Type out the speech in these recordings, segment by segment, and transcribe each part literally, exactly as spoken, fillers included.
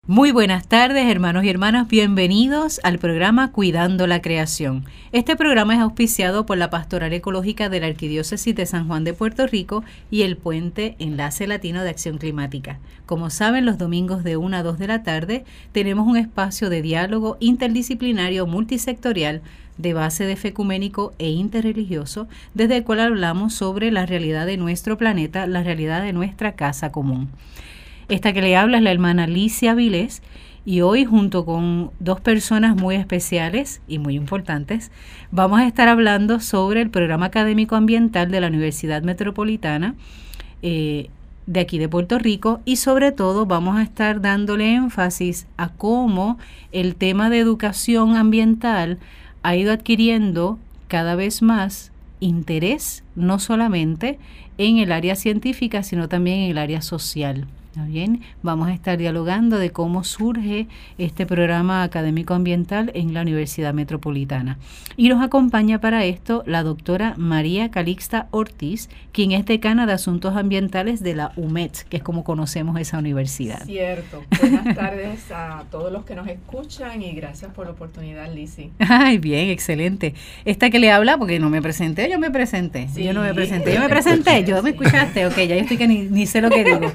Muy buenas tardes, hermanos y hermanas, bienvenidos al programa Cuidando la Creación. Este programa es auspiciado por la Pastoral Ecológica de la Arquidiócesis de San Juan de Puerto Rico y el Puente Enlace Latino de Acción Climática. Como saben, los domingos de una a dos de la tarde tenemos un espacio de diálogo interdisciplinario multisectorial de base de fe ecuménico e interreligioso, desde el cual hablamos sobre la realidad de nuestro planeta, la realidad de nuestra casa común. Esta que le habla es la hermana Alicia Vilés, y hoy, junto con dos personas muy especiales y muy importantes, vamos a estar hablando sobre el programa académico ambiental de la Universidad Metropolitana eh, de aquí de Puerto Rico, y sobre todo vamos a estar dándole énfasis a cómo el tema de educación ambiental ha ido adquiriendo cada vez más interés, no solamente en el área científica, sino también en el área social. ¿Está bien? Vamos a estar dialogando de cómo surge este programa académico ambiental en la Universidad Metropolitana. Y nos acompaña para esto la doctora María Calixta Ortiz, quien es decana de Asuntos Ambientales de la U M E T, que es como conocemos esa universidad. Cierto. Buenas tardes a todos los que nos escuchan y gracias por la oportunidad, Lizzy. Ay, bien, excelente. Esta que le habla, porque no me presenté, yo me presenté. Sí. Yo no me presenté, yo me presenté, yo me escuchaste. Ok, ya yo estoy que ni, ni sé lo que digo.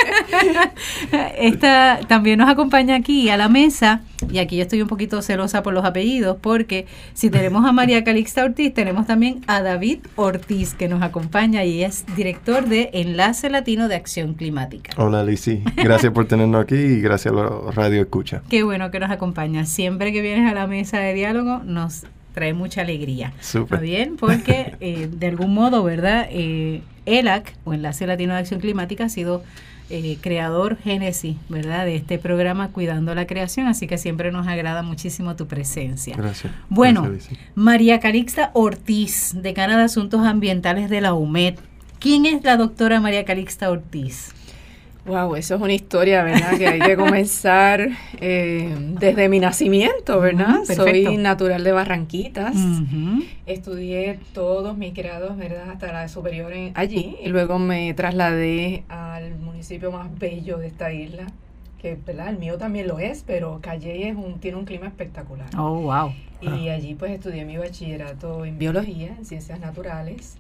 Esta también nos acompaña aquí a la mesa, y aquí yo estoy un poquito celosa por los apellidos, porque si tenemos a María Calixta Ortiz, tenemos también a David Ortiz, que nos acompaña y es director de Enlace Latino de Acción Climática. Hola, Lizzy, gracias por tenernos aquí y gracias a los Radio Escucha. Qué bueno que nos acompaña. Siempre que vienes a la mesa de diálogo nos trae mucha alegría. Súper. ¿Está bien? Porque eh, de algún modo, ¿verdad? Eh, E L A C, o Enlace Latino de Acción Climática, ha sido Eh, creador génesis, ¿verdad?, de este programa Cuidando la Creación, así que siempre nos agrada muchísimo tu presencia. Gracias. Bueno, Gracias, María Calixta Ortiz, decana de Asuntos Ambientales de la U M E T. ¿Quién es la doctora María Calixta Ortiz? Wow, eso es una historia, ¿verdad?, que hay que comenzar eh, desde mi nacimiento, ¿verdad? Uh-huh, Soy natural de Barranquitas. Uh-huh. Estudié todos mis grados, ¿verdad?, hasta la superior en, allí, y luego me trasladé al municipio más bello de esta isla, que, ¿verdad?, el mío también lo es, pero Calley es un, tiene un clima espectacular. Oh, wow. Y ah. allí pues estudié mi bachillerato en biología, en ciencias naturales.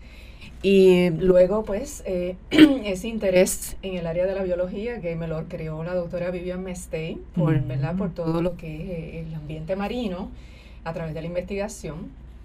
Y luego, pues, eh, ese interés en el área de la biología que me lo creó la doctora Vivian Mestey, por, mm. ¿verdad?, por todo lo que es el ambiente marino, a través de la investigación,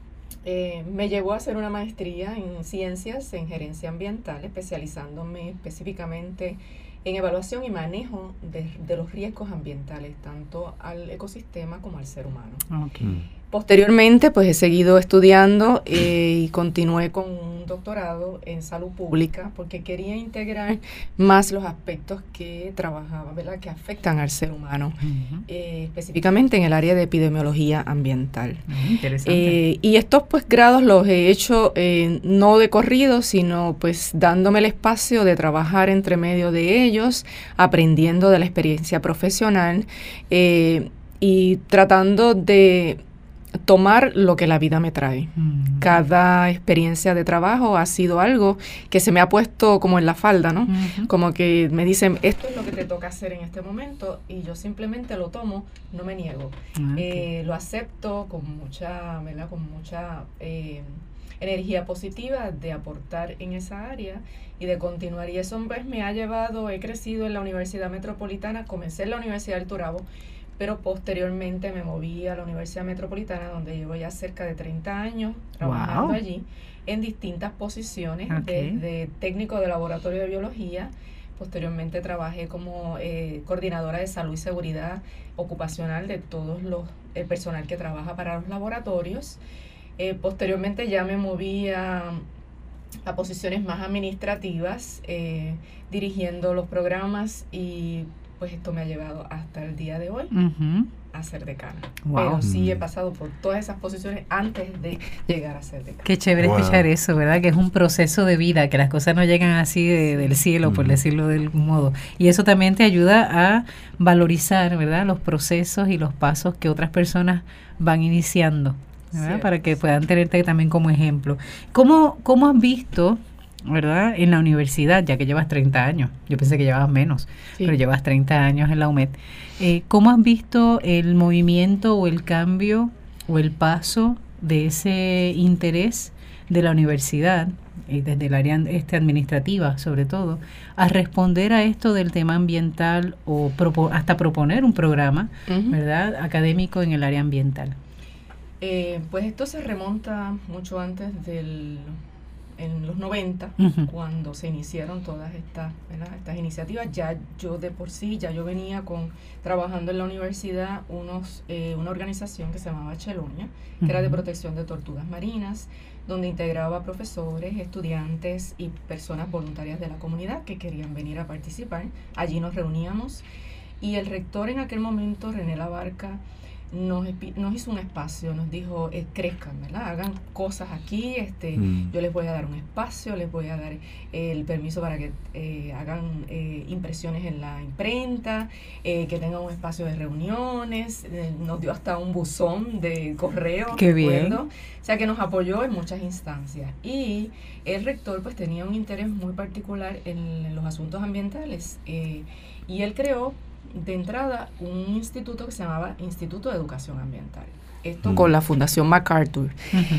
eh, me llevó a hacer una maestría en ciencias en gerencia ambiental, especializándome específicamente en evaluación y manejo de, de los riesgos ambientales, tanto al ecosistema como al ser humano. Okay. Mm. Posteriormente, pues he seguido estudiando eh, y continué con un doctorado en salud pública porque quería integrar más los aspectos que trabajaba, ¿verdad?, que afectan al ser humano, uh-huh. eh, específicamente en el área de epidemiología ambiental. Uh, interesante. Eh, y estos pues grados los he hecho eh, no de corrido, sino pues dándome el espacio de trabajar entre medio de ellos, aprendiendo de la experiencia profesional eh, y tratando de tomar lo que la vida me trae. Mm. Cada experiencia de trabajo ha sido algo que se me ha puesto como en la falda, ¿no? Uh-huh. Como que me dicen, esto es lo que te toca hacer en este momento, y yo simplemente lo tomo, no me niego. Okay. Eh, lo acepto con mucha, ¿verdad?, con mucha eh, energía positiva de aportar en esa área y de continuar. Y eso pues me ha llevado, he crecido en la Universidad Metropolitana, comencé en la Universidad del Turabo, pero posteriormente me moví a la Universidad Metropolitana, donde llevo ya cerca de treinta años trabajando wow. allí, en distintas posiciones, okay. desde técnico de laboratorio de biología. Posteriormente trabajé como eh, coordinadora de salud y seguridad ocupacional de todos los el personal que trabaja para los laboratorios. Eh, posteriormente ya me moví a, a posiciones más administrativas, eh, dirigiendo los programas, y pues esto me ha llevado hasta el día de hoy uh-huh. a ser decana. Wow. Pero sí he pasado por todas esas posiciones antes de llegar a ser decana. Qué chévere wow. escuchar eso, ¿verdad? Que es un proceso de vida, que las cosas no llegan así de, del cielo, uh-huh. por decirlo de algún modo. Y eso también te ayuda a valorizar, ¿verdad?, los procesos y los pasos que otras personas van iniciando, ¿verdad?, para que puedan tenerte también como ejemplo. ¿Cómo, cómo has visto ¿verdad? En la universidad, ya que llevas treinta años. Yo pensé que llevabas menos, sí. Pero llevas treinta años en la U M E D. Eh, ¿Cómo has visto el movimiento o el cambio o el paso de ese interés de la universidad, eh, desde el área este, administrativa sobre todo, a responder a esto del tema ambiental o propo- hasta proponer un programa, uh-huh. ¿verdad?, académico en el área ambiental? Eh, pues esto se remonta mucho antes del... en los noventa, uh-huh. cuando se iniciaron todas estas, ¿verdad?, estas iniciativas. Ya yo de por sí, ya yo venía con trabajando en la universidad unos eh, una organización que se llamaba Chelonia, uh-huh. que era de protección de tortugas marinas, donde integraba profesores, estudiantes y personas voluntarias de la comunidad que querían venir a participar. Allí nos reuníamos y el rector en aquel momento, René Labarca, Nos, nos hizo un espacio, nos dijo, eh, crezcan, ¿verdad? Hagan cosas aquí, este, mm. yo les voy a dar un espacio, les voy a dar eh, el permiso para que eh, hagan eh, impresiones en la imprenta, eh, que tengan un espacio de reuniones, eh, nos dio hasta un buzón de correo. ¡Qué bien! O sea, que nos apoyó en muchas instancias. Y el rector pues tenía un interés muy particular en, en los asuntos ambientales, eh, y él creó de entrada un instituto que se llamaba Instituto de Educación Ambiental. Esto uh-huh. con la Fundación MacArthur. Uh-huh.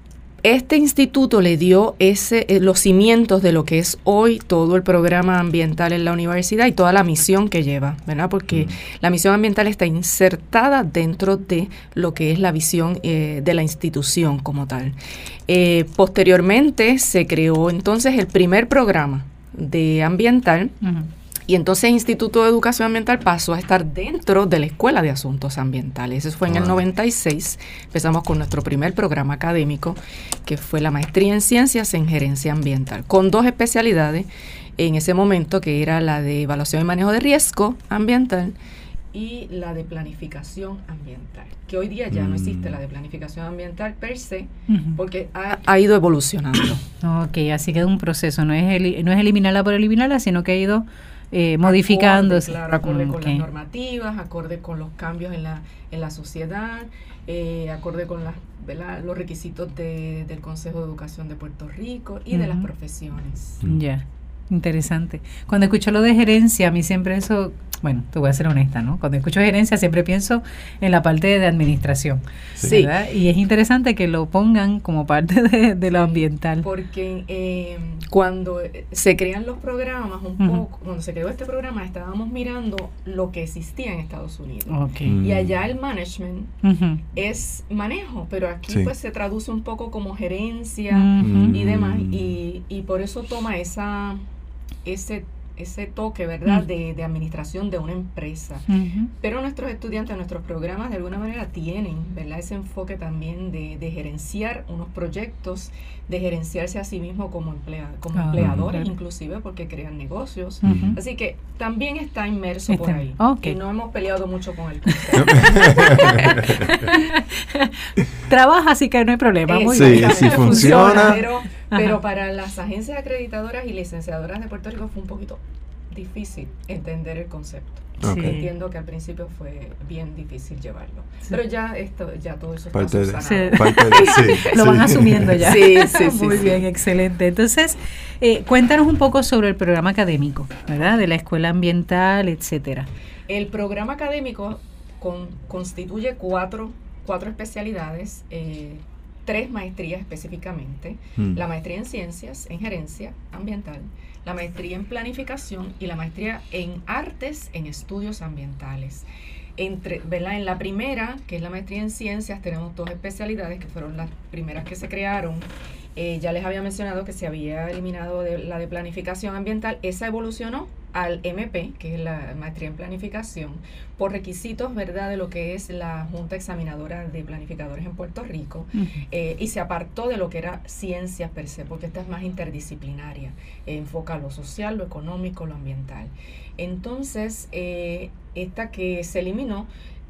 Este instituto le dio ese eh, los cimientos de lo que es hoy todo el programa ambiental en la universidad y toda la misión que lleva, ¿verdad? Porque uh-huh. la misión ambiental está insertada dentro de lo que es la visión eh, de la institución como tal. Eh, posteriormente se creó entonces el primer programa de ambiental. Uh-huh. Y entonces el Instituto de Educación Ambiental pasó a estar dentro de la Escuela de Asuntos Ambientales. Eso fue en el noventa y seis. Empezamos con nuestro primer programa académico, que fue la maestría en Ciencias en Gerencia Ambiental, con dos especialidades en ese momento, que era la de Evaluación y Manejo de Riesgo Ambiental y la de Planificación Ambiental, que hoy día ya mm. no existe la de Planificación Ambiental per se, uh-huh. porque ha, ha ido evolucionando. Ok, así que es un proceso, no es, el, no es eliminarla por eliminarla, sino que ha ido... Eh, modificándose. Acorde, claro, acorde mm, con okay. las normativas, acorde con los cambios en la en la sociedad, eh, acorde con las, ¿verdad?, los requisitos de, del Consejo de Educación de Puerto Rico y uh-huh. de las profesiones. Ya, yeah. Interesante. Cuando escucho lo de gerencia, a mí siempre eso, bueno, te voy a ser honesta, ¿no? Cuando escucho gerencia siempre pienso en la parte de administración, sí. ¿verdad? Y es interesante que lo pongan como parte de, de lo ambiental. Porque eh, cuando se crean los programas, un uh-huh. poco, cuando se creó este programa, estábamos mirando lo que existía en Estados Unidos. Okay. Mm. Y allá el management uh-huh. es manejo, pero aquí sí. pues se traduce un poco como gerencia uh-huh. y demás, y, y por eso toma esa... ese ese toque, ¿verdad?, uh-huh. de, de administración de una empresa. Uh-huh. Pero nuestros estudiantes, nuestros programas, de alguna manera tienen, ¿verdad?, ese enfoque también de, de gerenciar unos proyectos, de gerenciarse a sí mismo como, emplea, como uh-huh. empleadores, uh-huh. inclusive, porque crean negocios. Uh-huh. Así que también está inmerso está, por ahí. Okay. Y no hemos peleado mucho con el concepto. Trabaja, así que no hay problema. Muy sí, bien. Sí funciona. Pero, pero para las agencias acreditadoras y licenciadoras de Puerto Rico fue un poquito difícil entender el concepto. Okay. Sí. Entiendo que al principio fue bien difícil llevarlo. Sí. Pero ya esto, ya todo eso parte está subsanado. Sí. Parte de, sí, Lo sí. van asumiendo ya. Sí, sí, sí. Muy sí, bien, sí. excelente. Entonces, eh, cuéntanos un poco sobre el programa académico, ¿verdad? De la escuela ambiental, etcétera. El programa académico con, constituye cuatro, cuatro especialidades, eh, tres maestrías específicamente, mm. la maestría en Ciencias, en Gerencia Ambiental, la maestría en Planificación y la maestría en Artes en Estudios Ambientales. Entre, ¿verdad? En la primera, que es la maestría en Ciencias, tenemos dos especialidades que fueron las primeras que se crearon. Eh, ya les había mencionado que se había eliminado de, la de Planificación Ambiental. Esa evolucionó al M P, que es la maestría en Planificación, por requisitos, ¿verdad?, de lo que es la Junta Examinadora de Planificadores en Puerto Rico, uh-huh. eh, y se apartó de lo que era ciencias per se, porque esta es más interdisciplinaria, eh, enfoca lo social, lo económico, lo ambiental. Entonces, eh, esta que se eliminó,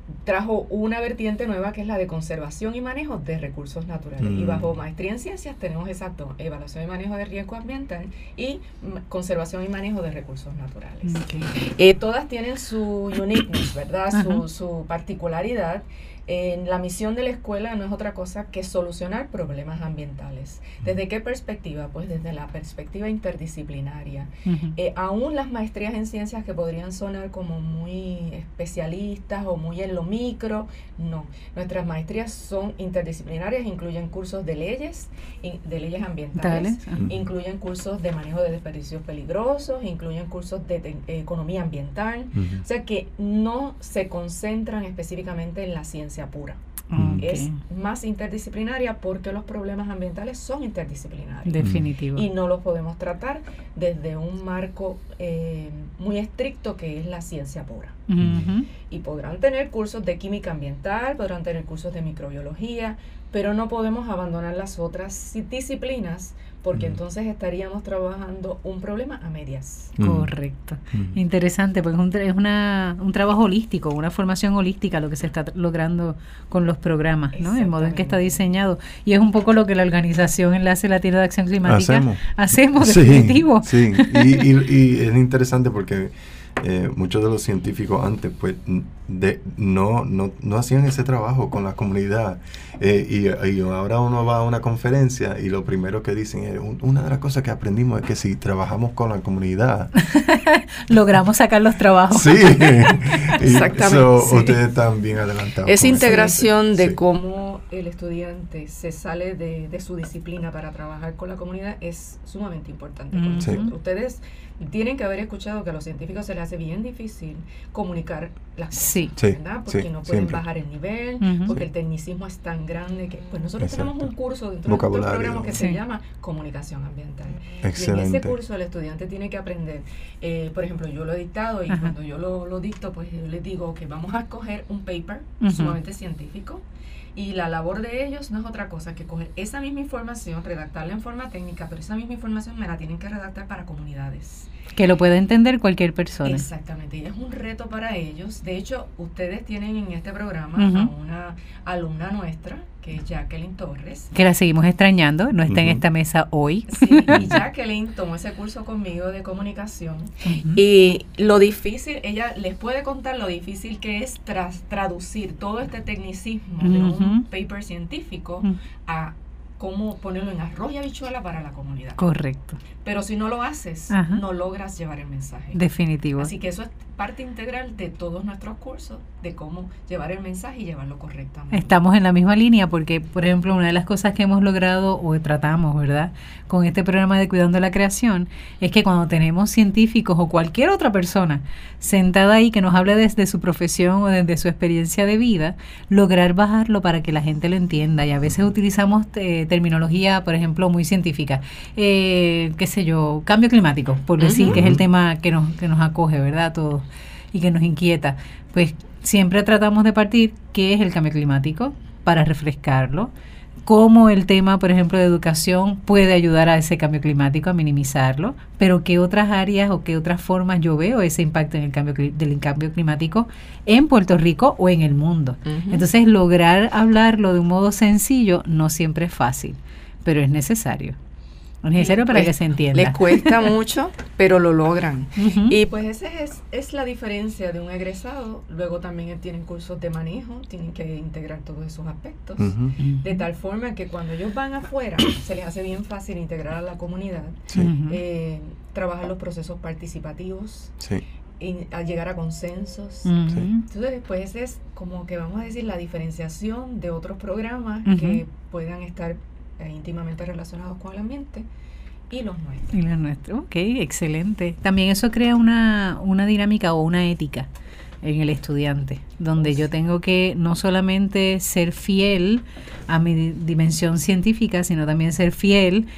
trajo una vertiente nueva que es la de conservación y manejo de recursos naturales. Mm. Y bajo maestría en ciencias tenemos exacto, evaluación y manejo de riesgo ambiental y conservación y manejo de recursos naturales. Okay. Eh, todas tienen su uniqueness, ¿verdad? Su, su particularidad. Eh, la misión de la escuela no es otra cosa que solucionar problemas ambientales. ¿Desde qué perspectiva? Pues desde la perspectiva interdisciplinaria. Uh-huh. Eh, aún las maestrías en ciencias que podrían sonar como muy especialistas o muy en lo micro, no. Nuestras maestrías son interdisciplinarias, incluyen cursos de leyes, de leyes ambientales, uh-huh. incluyen cursos de manejo de desperdicios peligrosos, incluyen cursos de, de, de economía ambiental, uh-huh. o sea que no se concentran específicamente en la ciencia pura. Okay. Es más interdisciplinaria porque los problemas ambientales son interdisciplinarios. Definitivo. Y no los podemos tratar desde un marco eh, muy estricto que es la ciencia pura. Uh-huh. Y podrán tener cursos de química ambiental, podrán tener cursos de microbiología, pero no podemos abandonar las otras disciplinas porque mm. entonces estaríamos trabajando un problema a medias. Mm. Correcto. Mm. Interesante, porque es, un, es una, un trabajo holístico, una formación holística lo que se está logrando con los programas, ¿no? El modo en que está diseñado. Y es un poco lo que la organización Enlace Latino de Acción Climática hacemos, hacemos sí, definitivo. Sí, y, y, y es interesante porque Eh, muchos de los científicos antes pues de, no, no, no hacían ese trabajo con la comunidad eh, y, y ahora uno va a una conferencia y lo primero que dicen es un, una de las cosas que aprendimos es que si trabajamos con la comunidad logramos sacar los trabajos. Sí, exactamente. So, sí. Ustedes están bien adelantados. Esa integración eso. de Sí. cómo el estudiante se sale de, de su disciplina para trabajar con la comunidad es sumamente importante. Mm-hmm. Sí. Ustedes tienen que haber escuchado que a los científicos se les hace bien difícil comunicar las cosas, sí. ¿verdad? Porque sí, no pueden siempre. bajar el nivel, uh-huh. porque sí. el tecnicismo es tan grande que pues nosotros Exacto. tenemos un curso dentro de nuestro programa que sí. se llama Comunicación Ambiental. Excelente. Y en ese curso el estudiante tiene que aprender, eh, por ejemplo, yo lo he dictado y uh-huh. cuando yo lo, lo dicto, pues yo les digo que vamos a escoger un paper uh-huh. sumamente científico. Y la labor de ellos no es otra cosa que coger esa misma información, redactarla en forma técnica, pero esa misma información me la tienen que redactar para comunidades. Que lo pueda entender cualquier persona. Exactamente, y es un reto para ellos. De hecho, ustedes tienen en este programa uh-huh. a una alumna nuestra, que es Jacqueline Torres. Que la seguimos extrañando, no está uh-huh. en esta mesa hoy. Sí, y Jacqueline tomó ese curso conmigo de comunicación. Uh-huh. Y lo difícil, ella les puede contar lo difícil que es tras traducir todo este tecnicismo uh-huh. de un paper científico uh-huh. a cómo ponerlo en arroz y habichuela para la comunidad. Correcto. Pero si no lo haces, Ajá. no logras llevar el mensaje. Definitivo. Así que eso es parte integral de todos nuestros cursos, de cómo llevar el mensaje y llevarlo correctamente. Estamos en la misma línea porque, por ejemplo, una de las cosas que hemos logrado o tratamos, ¿verdad?, con este programa de Cuidando la Creación, es que cuando tenemos científicos o cualquier otra persona sentada ahí que nos hable desde su profesión o desde su experiencia de vida, lograr bajarlo para que la gente lo entienda. Y a veces utilizamos eh, terminología, por ejemplo, muy científica. Eh, qué sé yo, cambio climático, por decir, uh-huh. que es el tema que nos, que nos acoge, ¿verdad?, todos, y que nos inquieta. Pues siempre tratamos de partir qué es el cambio climático para refrescarlo, cómo el tema, por ejemplo, de educación puede ayudar a ese cambio climático, a minimizarlo, pero qué otras áreas o qué otras formas yo veo ese impacto en el cambio del cambio climático en Puerto Rico o en el mundo. Uh-huh. Entonces, lograr hablarlo de un modo sencillo no siempre es fácil, pero es necesario. Es necesario para les, que se entienda. Les cuesta mucho, pero lo logran. Uh-huh. Y pues esa es, es la diferencia de un egresado. Luego también tienen cursos de manejo, tienen que integrar todos esos aspectos. Uh-huh. De tal forma que cuando ellos van afuera, se les hace bien fácil integrar a la comunidad, sí. eh, trabajar los procesos participativos, sí. y a llegar a consensos. Uh-huh. Sí. Entonces, pues esa es como que vamos a decir la diferenciación de otros programas uh-huh. que puedan estar Eh, íntimamente relacionados con el ambiente y los nuestros. Y los nuestros, ok, excelente. También eso crea una, una dinámica o una ética en el estudiante, donde yo tengo que no solamente ser fiel a mi di- dimensión científica, sino también ser fiel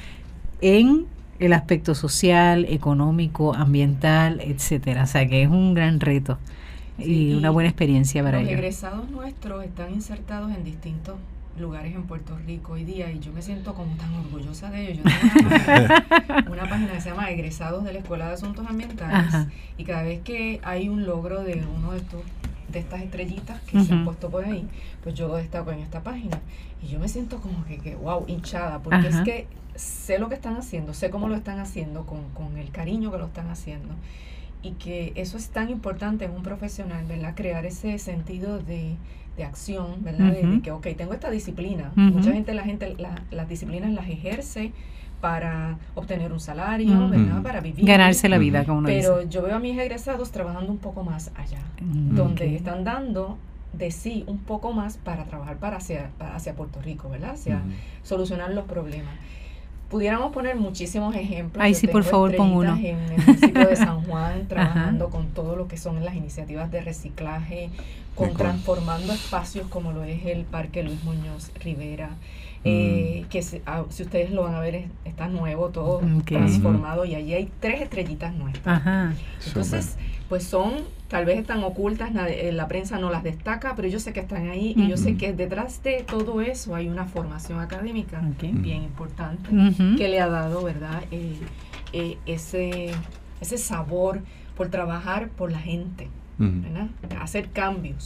en el aspecto social, económico, ambiental, etcétera. O sea que es un gran reto sí, y, y una buena experiencia para ellos. Los egresados nuestros están insertados en distintos lugares en Puerto Rico hoy día y yo me siento como tan orgullosa de ellos. Yo tengo una página, una página que se llama Egresados de la Escuela de Asuntos Ambientales. Ajá. Y cada vez que hay un logro de uno de estos de estas estrellitas que uh-huh. se han puesto por ahí, pues yo lo destaco en esta página. Y yo me siento como que, que wow, hinchada, porque uh-huh. es que sé lo que están haciendo, sé cómo lo están haciendo, con, con el cariño que lo están haciendo. Y que eso es tan importante en un profesional, ¿verdad? Crear ese sentido de, de acción, ¿verdad? Uh-huh. De, de que, ok, tengo esta disciplina. Uh-huh. Mucha gente, la gente, la, las disciplinas las ejerce para obtener un salario, uh-huh. ¿verdad? Para vivir. Ganarse la vida, como uno Pero dice. yo veo a mis egresados trabajando un poco más allá, uh-huh. donde okay. están dando de sí un poco más para trabajar para hacia, para hacia Puerto Rico, ¿verdad? Hacia uh-huh. solucionar los problemas. Pudiéramos poner muchísimos ejemplos. Ay, sí, por favor, pon uno. En el municipio de San Juan, trabajando Ajá. con todo lo que son las iniciativas de reciclaje, con transformando espacios como lo es el Parque Luis Muñoz Rivera, mm. eh, que si, ah, si ustedes lo van a ver, es, está nuevo, todo okay. transformado, y allí hay tres estrellitas nuestras. Ajá. Entonces, Super. pues son, tal vez están ocultas, nadie, la prensa no las destaca, pero yo sé que están ahí, uh-huh. y yo sé que detrás de todo eso hay una formación académica okay. bien importante, uh-huh. que le ha dado, ¿verdad?, eh, eh, ese, ese sabor por trabajar por la gente, uh-huh. ¿verdad?, hacer cambios.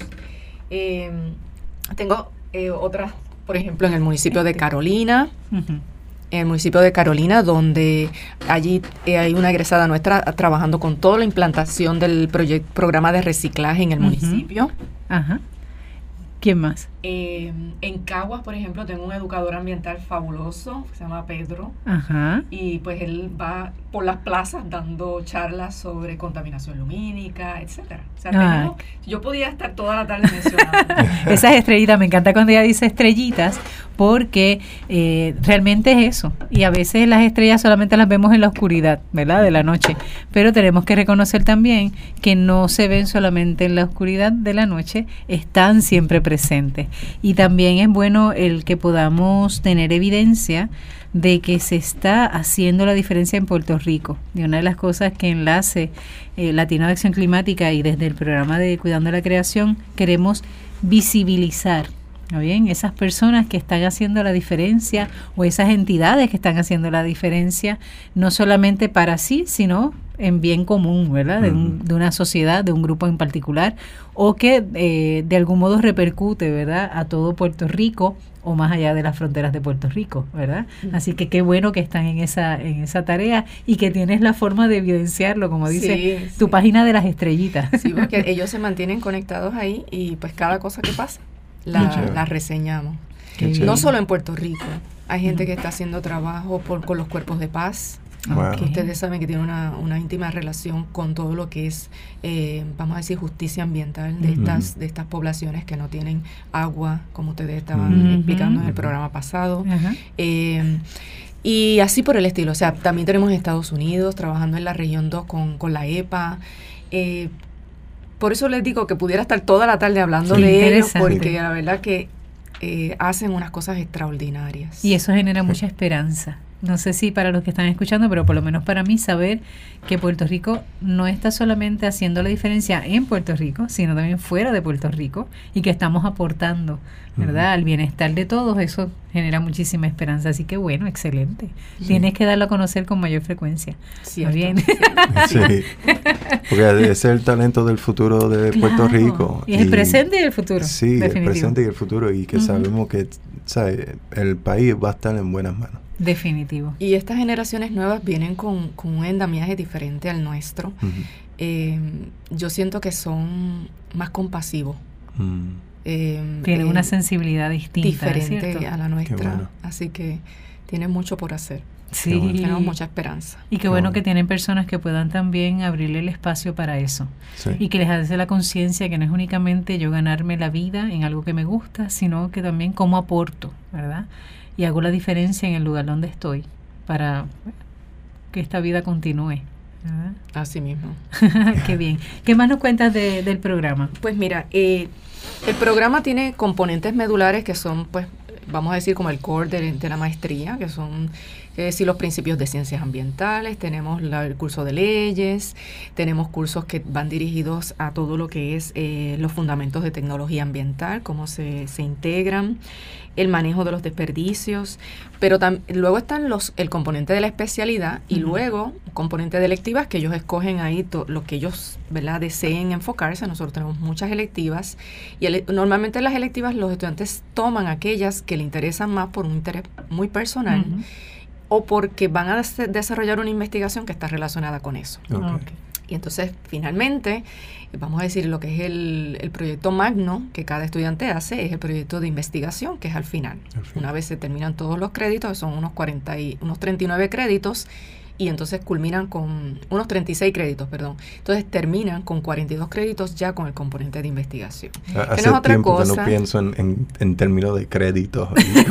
Eh, tengo eh, otras, por ejemplo, en el municipio de Carolina, uh-huh. en el municipio de Carolina, donde allí eh, hay una egresada nuestra trabajando con toda la implantación del proyecto, programa de reciclaje en el uh-huh. municipio. Ajá. ¿Quién más? Eh, en Caguas, por ejemplo, tengo un educador ambiental fabuloso, que se llama Pedro. Ajá. Y pues él va por las plazas dando charlas sobre contaminación lumínica, etcétera. O sea, tenemos, yo podía estar toda la tarde mencionando. Esas estrellitas, me encanta cuando ella dice estrellitas, porque eh, realmente es eso. Y a veces las estrellas solamente las vemos en la oscuridad, ¿verdad?, de la noche. Pero tenemos que reconocer también que no se ven solamente en la oscuridad de la noche, están siempre presentes. Y también es bueno el que podamos tener evidencia de que se está haciendo la diferencia en Puerto Rico. Y una de las cosas que Enlace eh, Latino de Acción Climática y desde el programa de Cuidando la Creación queremos visibilizar, ¿no bien?, esas personas que están haciendo la diferencia, o esas entidades que están haciendo la diferencia, no solamente para sí, sino en bien común, ¿verdad?, de, un, de una sociedad, de un grupo en particular, o que eh, de algún modo repercute, ¿verdad?, a todo Puerto Rico o más allá de las fronteras de Puerto Rico, ¿verdad? Uh-huh. Así que qué bueno que están en esa en esa tarea y que tienes la forma de evidenciarlo, como dice sí, tu sí. página de las estrellitas. Sí, porque ellos se mantienen conectados ahí y pues cada cosa que pasa la, la reseñamos. No solo en Puerto Rico, hay gente uh-huh. que está haciendo trabajo por, con los cuerpos de paz. Wow. Que ustedes saben que tiene una, una íntima relación con todo lo que es, eh, vamos a decir, justicia ambiental de uh-huh. estas de estas poblaciones que no tienen agua, como ustedes estaban uh-huh. explicando en el programa pasado. Uh-huh. Eh, y así por el estilo. O sea, también tenemos en Estados Unidos, trabajando en la región dos con, con la E P A. Eh, por eso les digo que pudiera estar toda la tarde hablando sí, de ellos, porque la verdad que eh, hacen unas cosas extraordinarias. Y eso genera mucha esperanza. No sé si para los que están escuchando, pero por lo menos para mí, saber que Puerto Rico no está solamente haciendo la diferencia en Puerto Rico, sino también fuera de Puerto Rico, y que estamos aportando, ¿verdad?, uh-huh. al bienestar de todos. Eso genera muchísima esperanza. Así que bueno, excelente. Sí. Tienes que darlo a conocer con mayor frecuencia. Sí, bien. Sí. sí, porque ese es el talento del futuro de claro. Puerto Rico. Y es el presente y el futuro. Sí, definitivo. El presente y el futuro, y que uh-huh. sabemos que, ¿sabe?, el país va a estar en buenas manos. Definitivo. Y estas generaciones nuevas vienen con, con un endamiaje diferente al nuestro. Uh-huh. Eh, yo siento que son más compasivos. Uh-huh. Eh, tienen eh, una sensibilidad distinta, diferente ¿cierto?, a la nuestra. Bueno. Así que tienen mucho por hacer. Sí. Bueno. Tenemos mucha esperanza. Y qué, qué bueno, bueno que tienen personas que puedan también abrirle el espacio para eso. Sí. Y que les hace la conciencia que no es únicamente yo ganarme la vida en algo que me gusta, sino que también cómo aporto, ¿verdad? Y hago la diferencia en el lugar donde estoy para que esta vida continúe, ¿verdad? Así mismo. Qué bien. ¿Qué más nos cuentas de, del programa? Pues mira, eh, el programa tiene componentes medulares que son, pues, vamos a decir, como el core de, de la maestría, que son eh, sí, los principios de ciencias ambientales, tenemos la, el curso de leyes, tenemos cursos que van dirigidos a todo lo que es eh, los fundamentos de tecnología ambiental, cómo se, se integran, el manejo de los desperdicios, pero tam, luego están los el componente de la especialidad y uh-huh. luego componente de electivas que ellos escogen ahí to, lo que ellos, ¿verdad?, deseen enfocarse. Nosotros tenemos muchas electivas y el, normalmente las electivas los estudiantes toman aquellas que le interesan más por un interés muy personal uh-huh. o porque van a des- desarrollar una investigación que está relacionada con eso. Okay. Okay. Y entonces, finalmente, vamos a decir lo que es el, el proyecto magno que cada estudiante hace, es el proyecto de investigación, que es al final. Al final. Una vez se terminan todos los créditos, son unos cuarenta y, unos treinta y nueve créditos, y entonces culminan con unos treinta y seis créditos, perdón. Entonces terminan con cuarenta y dos créditos ya con el componente de investigación. Hace no tiempo cosa. que no pienso en, en, en términos de créditos.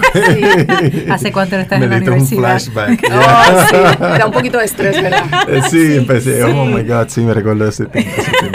Sí. ¿Hace cuánto no estás Me en la universidad? Me un flashback. Oh, sí, me da un poquito de estrés, ¿verdad? Eh, sí, sí, empecé, sí. Oh my God, sí, me recuerdo ese tiempo. Ese tiempo.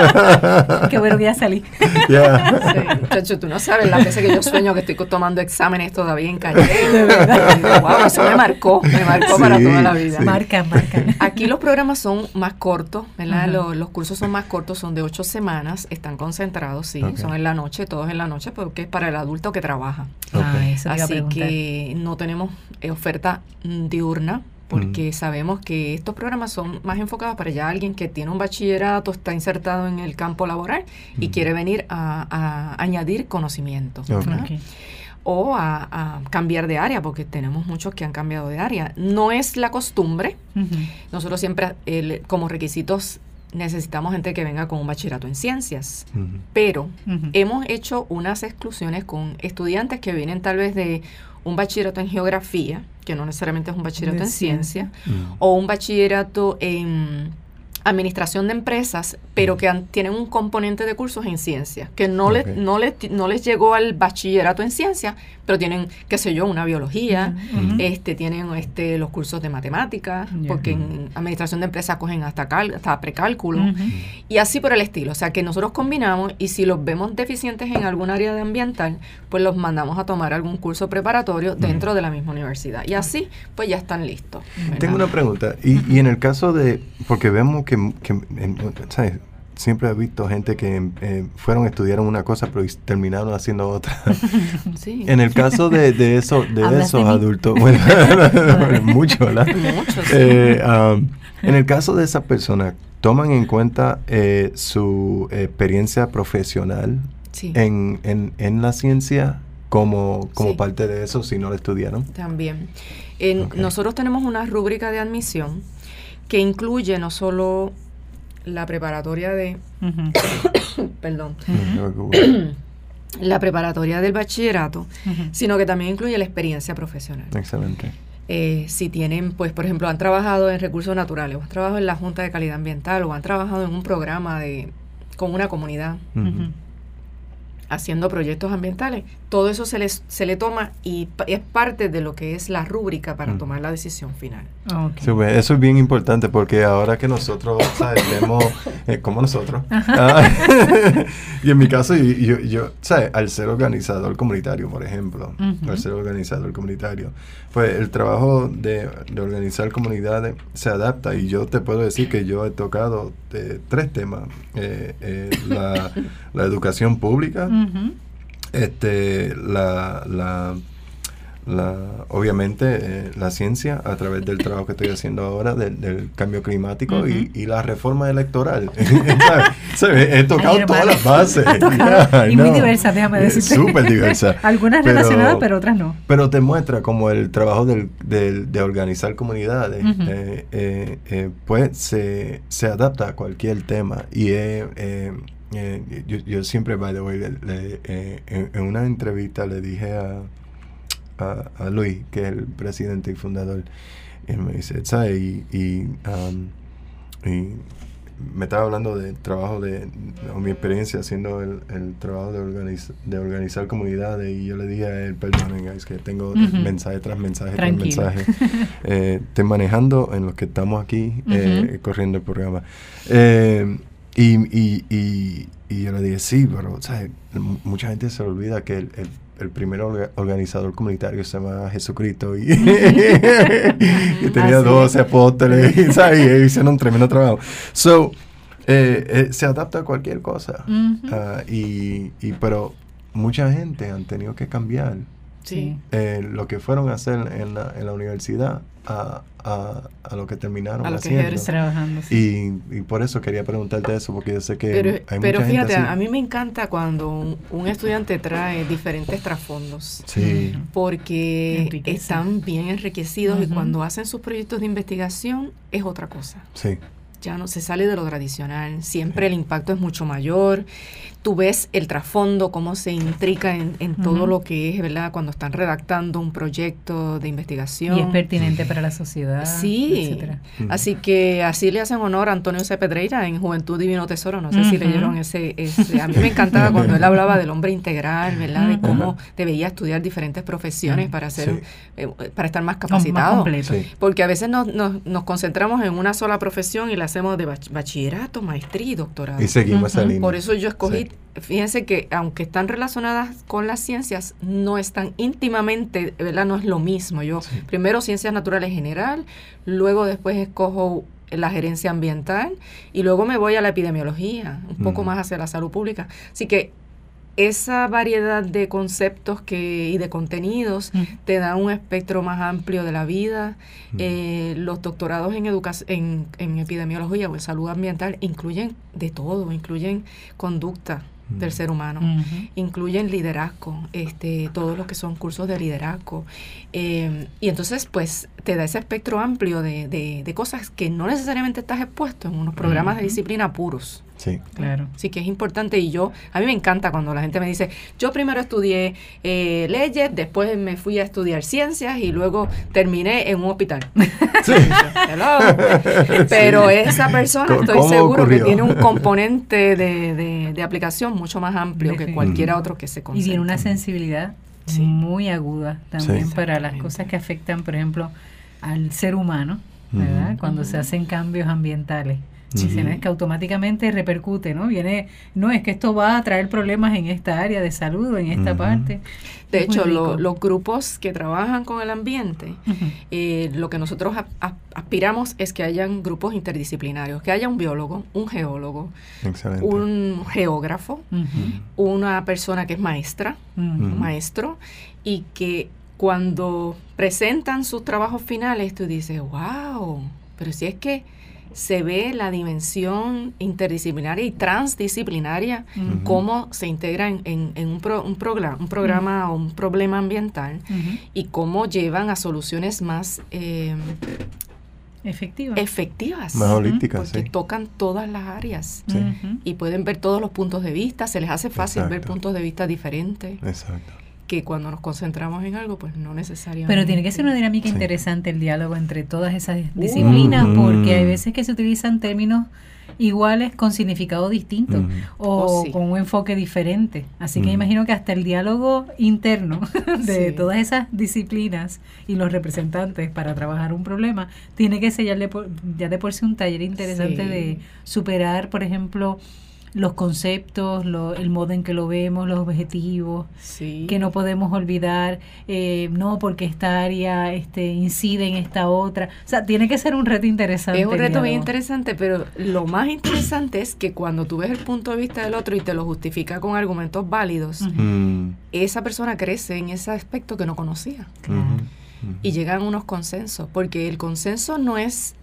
Sí. Qué bueno que ya salí. Yeah. Sí, muchacho, tú no sabes las veces que yo sueño que estoy tomando exámenes todavía en Calle. De verdad. Wow, eso me marcó, me marcó sí, para toda la vida. Sí. Marcan, marcan. Aquí los programas son más cortos, ¿verdad? Uh-huh. Los, los cursos son más cortos, son de ocho semanas, están concentrados, sí, okay. son en la noche, todos en la noche, porque es para el adulto que trabaja. Okay. Ah, eso te iba a Así que no tenemos eh, oferta mm, diurna, porque mm. sabemos que estos programas son más enfocados para ya alguien que tiene un bachillerato, está insertado en el campo laboral mm. y quiere venir a, a añadir conocimiento. Okay. Okay. O a, a cambiar de área, porque tenemos muchos que han cambiado de área. No es la costumbre. Uh-huh. Nosotros siempre, el, como requisitos, necesitamos gente que venga con un bachillerato en ciencias. Uh-huh. Pero uh-huh. hemos hecho unas exclusiones con estudiantes que vienen tal vez de un bachillerato en geografía, que no necesariamente es un bachillerato de en ciencia, uh-huh. o un bachillerato en administración de empresas, pero que han, tienen un componente de cursos en ciencia, que no, okay. les, no, les, no les llegó al bachillerato en ciencia, pero tienen, qué sé yo, una biología, uh-huh. este tienen este los cursos de matemáticas, yeah. porque en administración de empresas cogen hasta, cal, hasta precálculo, uh-huh. y así por el estilo. O sea, que nosotros combinamos, y si los vemos deficientes en algún área de ambiental, pues los mandamos a tomar algún curso preparatorio uh-huh. dentro de la misma universidad. Y así, pues ya están listos. ¿Verdad? Tengo una pregunta, y, y en el caso de, porque vemos que Que, que en, ¿sabes? Siempre he visto gente que eh, fueron, estudiaron una cosa, pero terminaron haciendo otra. Sí. En el caso de, de, eso, de esos de adultos, bueno, mucho, ¿verdad? Mucho, sí. eh, um, en el caso de esas personas, ¿toman en cuenta eh, su experiencia profesional sí. en, en, en la ciencia como, como sí. parte de eso, si no la estudiaron? También. En, okay. Nosotros tenemos una rúbrica de admisión que incluye no solo la preparatoria de, uh-huh. perdón, uh-huh. la preparatoria del bachillerato, uh-huh. sino que también incluye la experiencia profesional. Excelente. Eh, si tienen, pues, por ejemplo, han trabajado en recursos naturales, o han trabajado en la Junta de Calidad Ambiental, o han trabajado en un programa de con una comunidad, uh-huh. haciendo proyectos ambientales, todo eso se, les, se le toma y pa- es parte de lo que es la rúbrica para mm. tomar la decisión final. Okay. Sí, bueno, eso es bien importante porque ahora que nosotros, ¿sabes? Vemos, eh, como nosotros, ah, y en mi caso, yo, yo, yo, ¿sabes? Al ser organizador comunitario, por ejemplo, uh-huh. al ser organizador comunitario, pues el trabajo de, de organizar comunidades se adapta, y yo te puedo decir que yo he tocado eh, tres temas, eh, eh, la, la educación pública, uh-huh. este, la, la, la, obviamente eh, la ciencia a través del trabajo que estoy haciendo ahora del, del cambio climático uh-huh. y, y la reforma electoral. ¿Sabes? He tocado Ay, todas las bases. Yeah, y no, muy diversas, déjame decirte. Súper diversas. Algunas pero, relacionadas, pero otras no. Pero te muestra como el trabajo del, del, de organizar comunidades, uh-huh. eh, eh, eh, pues se, se adapta a cualquier tema. Y eh, eh, eh, yo, yo siempre, by the way, le, le, eh, en, en una entrevista le dije a A, a Luis, que es el presidente y fundador, y él me dice, ¿sabes? Y, y, um, y me estaba hablando del trabajo de, o mi experiencia haciendo el, el trabajo de, organiz, de organizar comunidades, y yo le dije a él, perdonen, guys, que tengo uh-huh. mensaje tras mensaje Tranquilo. tras mensaje, eh, estoy manejando en los que estamos aquí, uh-huh. eh, corriendo el programa. Eh, y, y, y, y yo le dije, sí, pero, ¿sabes? M- mucha gente se olvida que el, el el primer orga, organizador comunitario se llama Jesucristo y, y tenía Así doce es. apóstoles y, ¿sabes? Y hicieron un tremendo trabajo. So, eh, eh, se adapta a cualquier cosa. Uh-huh. uh, y, y pero mucha gente han tenido que cambiar Sí. eh, lo que fueron a hacer en la, en la universidad a, a, a lo que terminaron A lo que haciendo. ejercen. Trabajando. Sí. Y, y por eso quería preguntarte eso, porque yo sé que Pero, hay pero mucha fíjate, gente así. a mí me encanta cuando un, un estudiante trae diferentes trasfondos, Sí. Ujú. porque Enriquece. están bien enriquecidos y Ujú. cuando hacen sus proyectos de investigación es otra cosa. Sí. Ya no se sale de lo tradicional, siempre el impacto es mucho mayor. Tú ves el trasfondo, cómo se intrica en, en todo Ujú. lo que es, ¿verdad? Cuando están redactando un proyecto de investigación. Y es pertinente para la sociedad, Sí, etcétera. así que así le hacen honor a Antonio C. Pedreira en Juventud Divino Tesoro. No sé si Ujú. leyeron ese, ese. A mí me encantaba cuando él hablaba del hombre integral, ¿verdad? De Ujú. cómo debía estudiar diferentes profesiones para ser, Sí. eh, para estar más Más capacitado. completo. Sí. Porque a veces nos, nos, nos concentramos en una sola profesión y la hacemos de bach- bachillerato, maestría y doctorado. Y seguimos esa Ujú. línea. Por eso yo escogí, Sí. fíjense que aunque están relacionadas con las ciencias, no están íntimamente, ¿verdad? No es lo mismo. Yo Sí. primero ciencias naturales general, luego después escojo la gerencia ambiental y luego me voy a la epidemiología, un poco Ujú. más hacia la salud pública. Así que esa variedad de conceptos que, y de contenidos Ujú. te da un espectro más amplio de la vida. Ujú. Eh, los doctorados en, educa- en, en epidemiología o en salud ambiental incluyen de todo, incluyen conducta Ujú. del ser humano, Ujú. incluyen liderazgo, este, todos los que son cursos de liderazgo. Eh, y entonces, pues, te da ese espectro amplio de, de, de cosas que no necesariamente estás expuesto en unos programas de Ujú. disciplina puros. Sí. Claro. Sí que es importante y yo, a mí me encanta cuando la gente me dice, yo primero estudié eh, leyes, después me fui a estudiar ciencias y luego terminé en un hospital. Sí. Hello. Pero Sí. esa persona ¿Cómo estoy seguro ocurrió? que tiene un componente de, de, de aplicación mucho más amplio que Definitivo. cualquiera otro que se Y concentre. tiene una sensibilidad Sí. muy aguda también Sí. para las Exactamente. cosas que afectan, por ejemplo, al ser humano, ¿verdad? Ujú. Cuando se Ujú. hacen cambios ambientales. Ujú. Dicen, es que automáticamente repercute, ¿no? Viene, no, es que esto va a traer problemas en esta área de salud o en esta Ujú. parte. De Es muy hecho, lo- rico. los grupos que trabajan con el ambiente, Ujú. eh, lo que nosotros a- a- aspiramos es que hayan grupos interdisciplinarios, que haya un biólogo, un geólogo, Excelente. un geógrafo, Ujú. una persona que es maestra, Ujú. un maestro, y que cuando presentan sus trabajos finales tú dices, wow, pero si es que se ve la dimensión interdisciplinaria y transdisciplinaria, Ujú. cómo se integra en, en- en un, pro- un, programa, un programa o un problema ambiental Ujú. y cómo llevan a soluciones más eh, Efectiva. efectivas, Más Ujú. holística, porque sí. tocan todas las áreas Sí. Ujú. y pueden ver todos los puntos de vista, se les hace fácil ver Exacto. puntos de vista diferentes, Exacto. que cuando nos concentramos en algo, pues no necesariamente. Pero tiene que ser una dinámica Sí. interesante el diálogo entre todas esas disciplinas, Ujú. porque hay veces que se utilizan términos iguales con significado distinto Ujú. o Oh, sí. con un enfoque diferente. Así que Ujú. imagino que hasta el diálogo interno de Sí. todas esas disciplinas y los representantes para trabajar un problema tiene que ser ya de por, ya de por sí un taller interesante Sí. de superar, por ejemplo, los conceptos, lo- el modo en que lo vemos, los objetivos, Sí. que no podemos olvidar, eh, no porque esta área este, incide en esta otra. O sea, tiene que ser un reto interesante. Es un el reto bien diálogo. interesante, pero lo más interesante es que cuando tú ves el punto de vista del otro y te lo justifica con argumentos válidos, Ujú. Mm. esa persona crece en ese aspecto que no conocía Ujú. Ujú. y llegan a unos consensos, porque el consenso no es,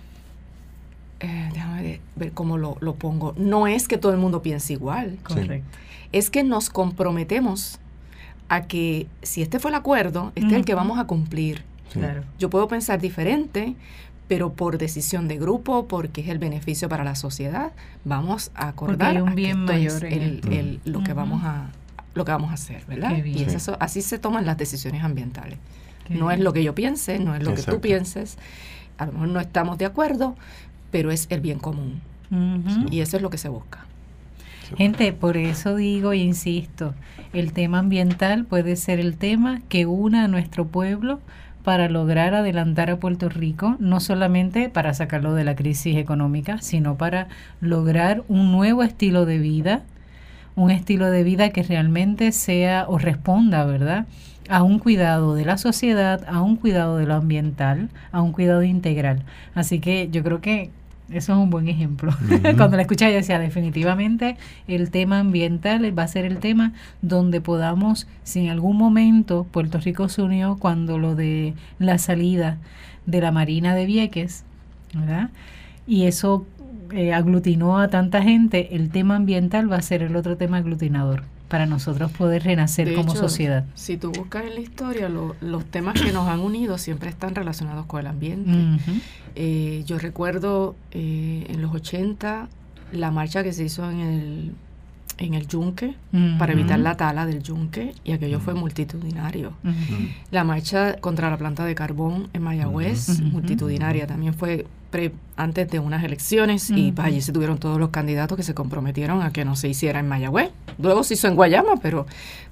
eh, déjame de- ver cómo lo, lo pongo, no es que todo el mundo piense igual, Correcto. es que nos comprometemos a que si este fue el acuerdo, este es el que Ujú. vamos a cumplir. Sí. Claro. Yo puedo pensar diferente, pero por decisión de grupo, porque es el beneficio para la sociedad, vamos a Porque acordar hay un a que bien esto mayor es en el- el- el- lo que Ujú. vamos a lo que vamos a hacer, ¿verdad? Qué bien. Y es Sí. eso, así se toman las decisiones ambientales. Qué No es bien. lo que yo piense, no es lo que Exacto. tú pienses. A lo mejor no estamos de acuerdo, pero es el bien común. Ujú. Y eso es lo que se busca. Gente, por eso digo e insisto, el tema ambiental puede ser el tema que una a nuestro pueblo para lograr adelantar a Puerto Rico, no solamente para sacarlo de la crisis económica, sino para lograr un nuevo estilo de vida, un estilo de vida que realmente sea o responda, ¿verdad?, a un cuidado de la sociedad, a un cuidado de lo ambiental, a un cuidado integral. Así que yo creo que eso es un buen ejemplo. Uh-huh. Cuando la escuchaba yo decía, definitivamente el tema ambiental va a ser el tema donde podamos, si en algún momento Puerto Rico se unió cuando lo de la salida de la Marina de Vieques, ¿verdad?, y eso eh, aglutinó a tanta gente, el tema ambiental va a ser el otro tema aglutinador para nosotros poder renacer de como hecho, sociedad. Si tú buscas en la historia, lo, los temas que nos han unido siempre están relacionados con el ambiente. Uh-huh. Eh, yo recuerdo eh, en los ochenta la marcha que se hizo en el, en el yunque uh-huh. para evitar la tala del yunque, y aquello uh-huh. fue multitudinario. Uh-huh. La marcha contra la planta de carbón en Mayagüez, uh-huh. multitudinaria, también fue pre, antes de unas elecciones, uh-huh. y pues, allí se tuvieron todos los candidatos que se comprometieron a que no se hiciera en Mayagüez. Luego se hizo en Guayama, pero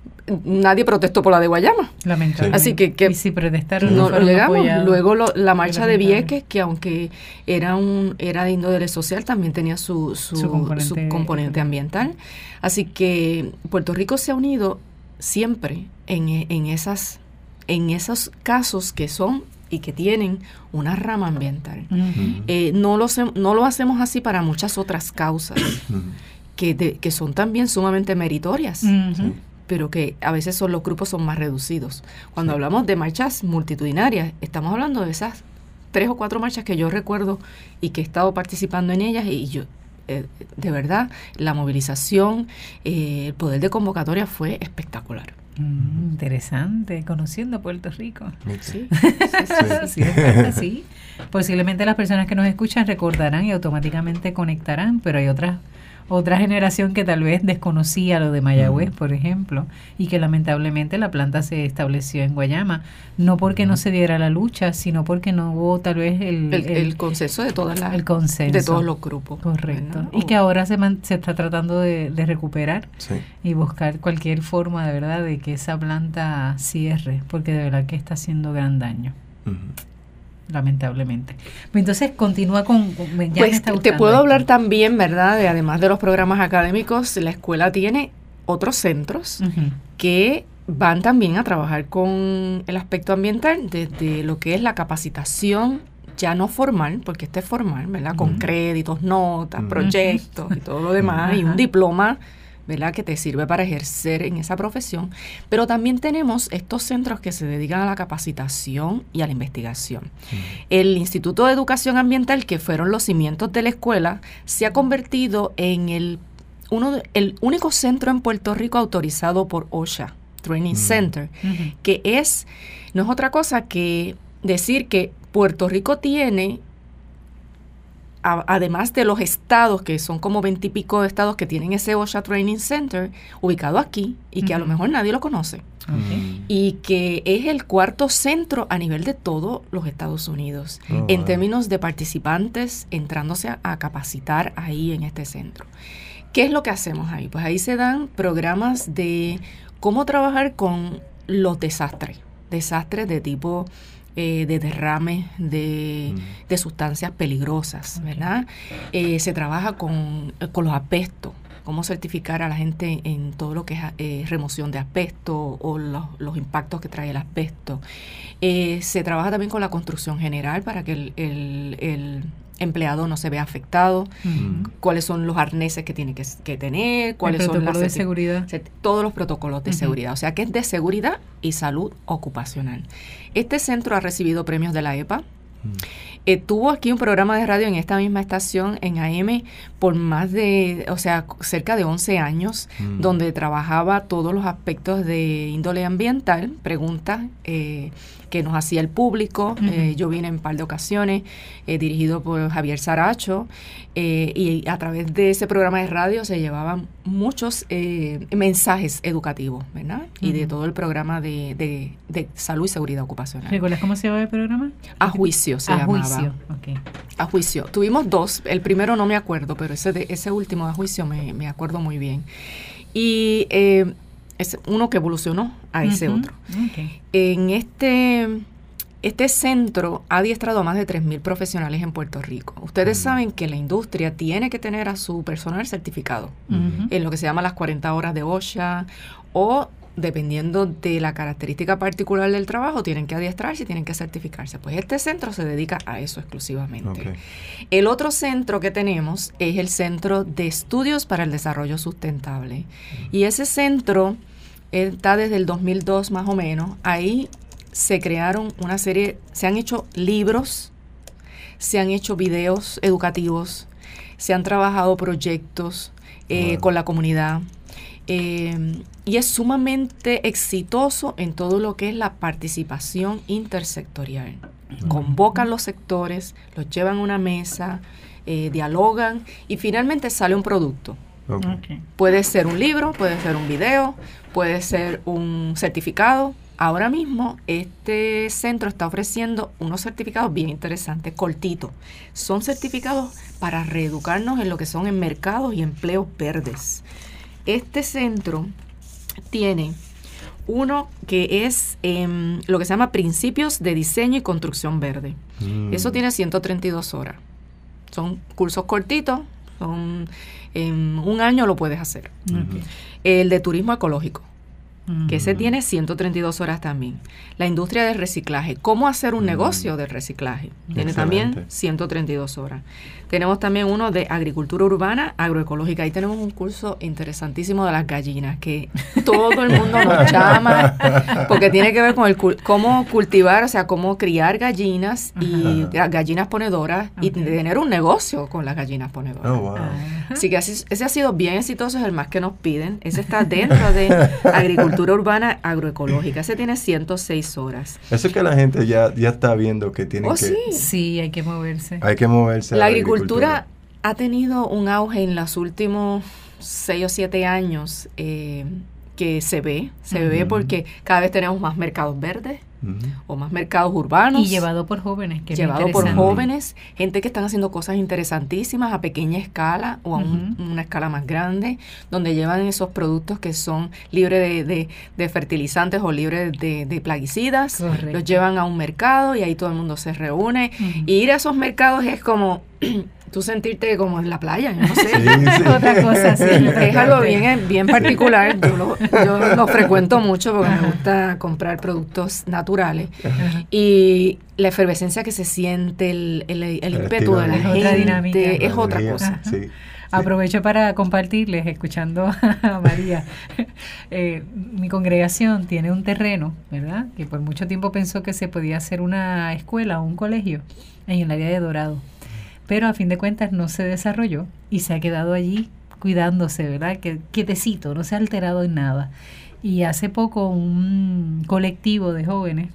nadie protestó por la de Guayama. Lamentablemente. Así que, que y si protestaron no, no llegamos. Luego lo, la marcha de Vieques, que aunque era un era de índole social, también tenía su, su, su, componente, su componente ambiental. Así que Puerto Rico se ha unido siempre en, en esas en esos casos que son y que tienen una rama ambiental. Uh-huh. Eh, no, lo, no lo hacemos así para muchas otras causas uh-huh. que, de, que son también sumamente meritorias, uh-huh. pero que a veces son, los grupos son más reducidos. Cuando sí. hablamos de marchas multitudinarias, estamos hablando de esas tres o cuatro marchas que yo recuerdo y que he estado participando en ellas, y yo eh, de verdad la movilización, eh, el poder de convocatoria fue espectacular. Mm, interesante, conociendo Puerto Rico. Sí, sí, sí. sí, sí. Posiblemente las personas que nos escuchan recordarán y automáticamente conectarán, pero hay otras otra generación que tal vez desconocía lo de Mayagüez, por ejemplo, y que lamentablemente la planta se estableció en Guayama, no porque no se diera la lucha, sino porque no hubo tal vez el, el, el, el consenso de todas las el consenso de todos los grupos. Correcto. ¿No? Y que ahora se man, se está tratando de, de recuperar sí. y buscar cualquier forma de verdad de que esa planta cierre, porque de verdad que está haciendo gran daño. Uh-huh. Lamentablemente. Entonces, continúa con... Ya pues te puedo esto. hablar también, ¿verdad? De, además de los programas académicos, la escuela tiene otros centros uh-huh. que van también a trabajar con el aspecto ambiental, desde lo que es la capacitación ya no formal, porque este es formal, ¿verdad? Uh-huh. Con créditos, notas, uh-huh. proyectos y todo lo demás, uh-huh. y un diploma, ¿verdad?, que te sirve para ejercer en esa profesión. Pero también tenemos estos centros que se dedican a la capacitación y a la investigación. Mm. El Instituto de Educación Ambiental, que fueron los cimientos de la escuela, se ha convertido en el, uno de, el único centro en Puerto Rico autorizado por OSHA, Training mm. Center, mm-hmm. que es, no es otra cosa que decir que Puerto Rico tiene... además de los estados, que son como veintipico estados que tienen ese OSHA Training Center ubicado aquí y que uh-huh. a lo mejor nadie lo conoce. Okay. Y que es el cuarto centro a nivel de todos los Estados Unidos oh, en wow. términos de participantes entrándose a, a capacitar ahí en este centro. ¿Qué es lo que hacemos ahí? Pues ahí se dan programas de cómo trabajar con los desastres, desastres de tipo... Eh, de derrame de, mm. de sustancias peligrosas, ¿verdad? Eh, se trabaja con, con los asbestos, cómo certificar a la gente en todo lo que es eh, remoción de asbesto o los, los impactos que trae el asbesto. Eh, se trabaja también con la construcción general para que el, el, el empleado no se vea afectado, mm. cuáles son los arneses que tiene que, que tener, cuáles son las de seguridad, todos los protocolos de uh-huh. seguridad, o sea que es de seguridad y salud ocupacional. Este centro ha recibido premios de la E P A. Mm. Eh, tuvo aquí un programa de radio en esta misma estación en A M por más de, o sea, cerca de once años, mm. donde trabajaba todos los aspectos de índole ambiental, preguntas eh, que nos hacía el público. Uh-huh. Eh, yo vine en un par de ocasiones, eh, dirigido por Javier Saracho, eh, y a través de ese programa de radio se llevaban muchos eh, mensajes educativos, ¿verdad? Uh-huh. Y de todo el programa de, de, de salud y seguridad ocupacional. ¿Recuerdas cómo se llama el programa? A Juicio se a llamaba. Juicio. Okay. A Juicio. Tuvimos dos. El primero no me acuerdo, pero ese de, ese último A Juicio me, me acuerdo muy bien. Y eh, es uno que evolucionó a ese uh-huh. otro. Okay. En este Este centro ha adiestrado a más de tres mil profesionales en Puerto Rico. Ustedes uh-huh. saben que la industria tiene que tener a su personal certificado uh-huh. en lo que se llama las cuarenta horas de OSHA, o dependiendo de la característica particular del trabajo, tienen que adiestrarse y tienen que certificarse. Pues este centro se dedica a eso exclusivamente. Okay. El otro centro que tenemos es el Centro de Estudios para el Desarrollo Sustentable. Uh-huh. Y ese centro está desde el dos mil dos más o menos. Ahí se crearon una serie, se han hecho libros, se han hecho videos educativos, se han trabajado proyectos eh, wow. con la comunidad. Eh, y es sumamente exitoso en todo lo que es la participación intersectorial. Uh-huh. Convocan los sectores, los llevan a una mesa, eh, dialogan y finalmente sale un producto. Okay. Okay. Puede ser un libro, puede ser un video, puede ser un certificado. Ahora mismo este centro está ofreciendo unos certificados bien interesantes, cortitos. Son certificados para reeducarnos en lo que son en mercados y empleos verdes. Este centro tiene uno que es eh, lo que se llama Principios de Diseño y Construcción Verde. Mm. Eso tiene ciento treinta y dos horas. Son cursos cortitos, son, en un año lo puedes hacer. Mm-hmm. El de Turismo Ecológico, que ese tiene ciento treinta y dos horas también. La industria del reciclaje, cómo hacer un mm. negocio del reciclaje, tiene Excelente. También ciento treinta y dos horas. Tenemos también uno de agricultura urbana, agroecológica. Ahí tenemos un curso interesantísimo de las gallinas, que todo el mundo nos llama, porque tiene que ver con el cómo cultivar, o sea, cómo criar gallinas y Ajá. gallinas ponedoras okay. y tener un negocio con las gallinas ponedoras. Oh, wow. Así que así, ese ha sido bien exitoso, es el más que nos piden. Ese está dentro de agricultura urbana agroecológica. Ese tiene ciento seis horas. Eso es que la gente ya, ya está viendo que tienen oh, que... Sí. sí, hay que moverse. Hay que moverse. La, la agricultura, agricultura ha tenido un auge en los últimos seis o siete años eh, que se ve. Se uh-huh. ve porque cada vez tenemos más mercados verdes. Uh-huh. O más mercados urbanos. Y llevado por jóvenes. Que llevado por jóvenes, gente que están haciendo cosas interesantísimas a pequeña escala o a un, uh-huh. una escala más grande, donde llevan esos productos que son libres de, de, de fertilizantes o libres de, de plaguicidas. Correcto. Los llevan a un mercado y ahí todo el mundo se reúne. Uh-huh. Y ir a esos mercados es como... tú sentirte como en la playa, yo no sé. Sí, sí. Otra cosa, sí. Es algo bien, bien particular. Yo lo, yo lo frecuento mucho porque Ajá. me gusta comprar productos naturales. Ajá. Y la efervescencia que se siente, el, el, el, el ímpetu de la es gente, otra dinámica. Es otra cosa. Sí, sí. Aprovecho para compartirles, escuchando a María, eh, mi congregación tiene un terreno, ¿verdad? Que por mucho tiempo pensó que se podía hacer una escuela o un colegio en el área de Dorado. Pero a fin de cuentas no se desarrolló y se ha quedado allí cuidándose, ¿verdad? Que quietecito, no se ha alterado en nada. Y hace poco un colectivo de jóvenes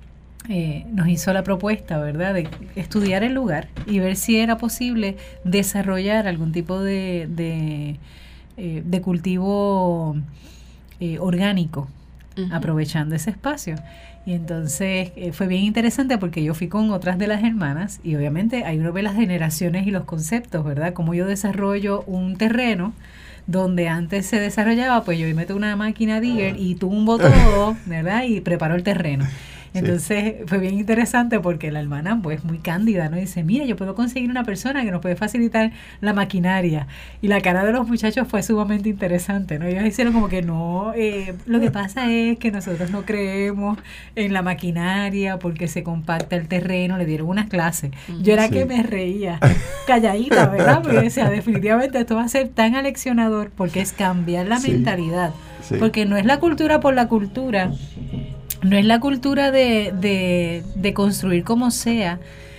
eh, nos hizo la propuesta, ¿verdad?, de estudiar el lugar y ver si era posible desarrollar algún tipo de, de, eh, de cultivo eh, orgánico, uh-huh. aprovechando ese espacio. Y entonces eh, fue bien interesante porque yo fui con otras de las hermanas y obviamente ahí uno ve las generaciones y los conceptos, ¿verdad? Cómo yo desarrollo un terreno donde antes se desarrollaba, pues yo meto una máquina digger y tumbo todo, ¿verdad? Y preparo el terreno. Entonces sí. fue bien interesante porque la hermana pues muy cándida, ¿no? Dice, mira, yo puedo conseguir una persona que nos puede facilitar la maquinaria. Y la cara de los muchachos fue sumamente interesante, ¿no? Ellos hicieron como que no, eh, lo que pasa es que nosotros no creemos en la maquinaria porque se compacta el terreno, le dieron unas clases. Yo era sí. que me reía, calladita, ¿verdad? Porque decía, definitivamente esto va a ser tan aleccionador porque es cambiar la sí. mentalidad. Sí. Porque no es la cultura por la cultura, no es la cultura de, de, de construir como sea,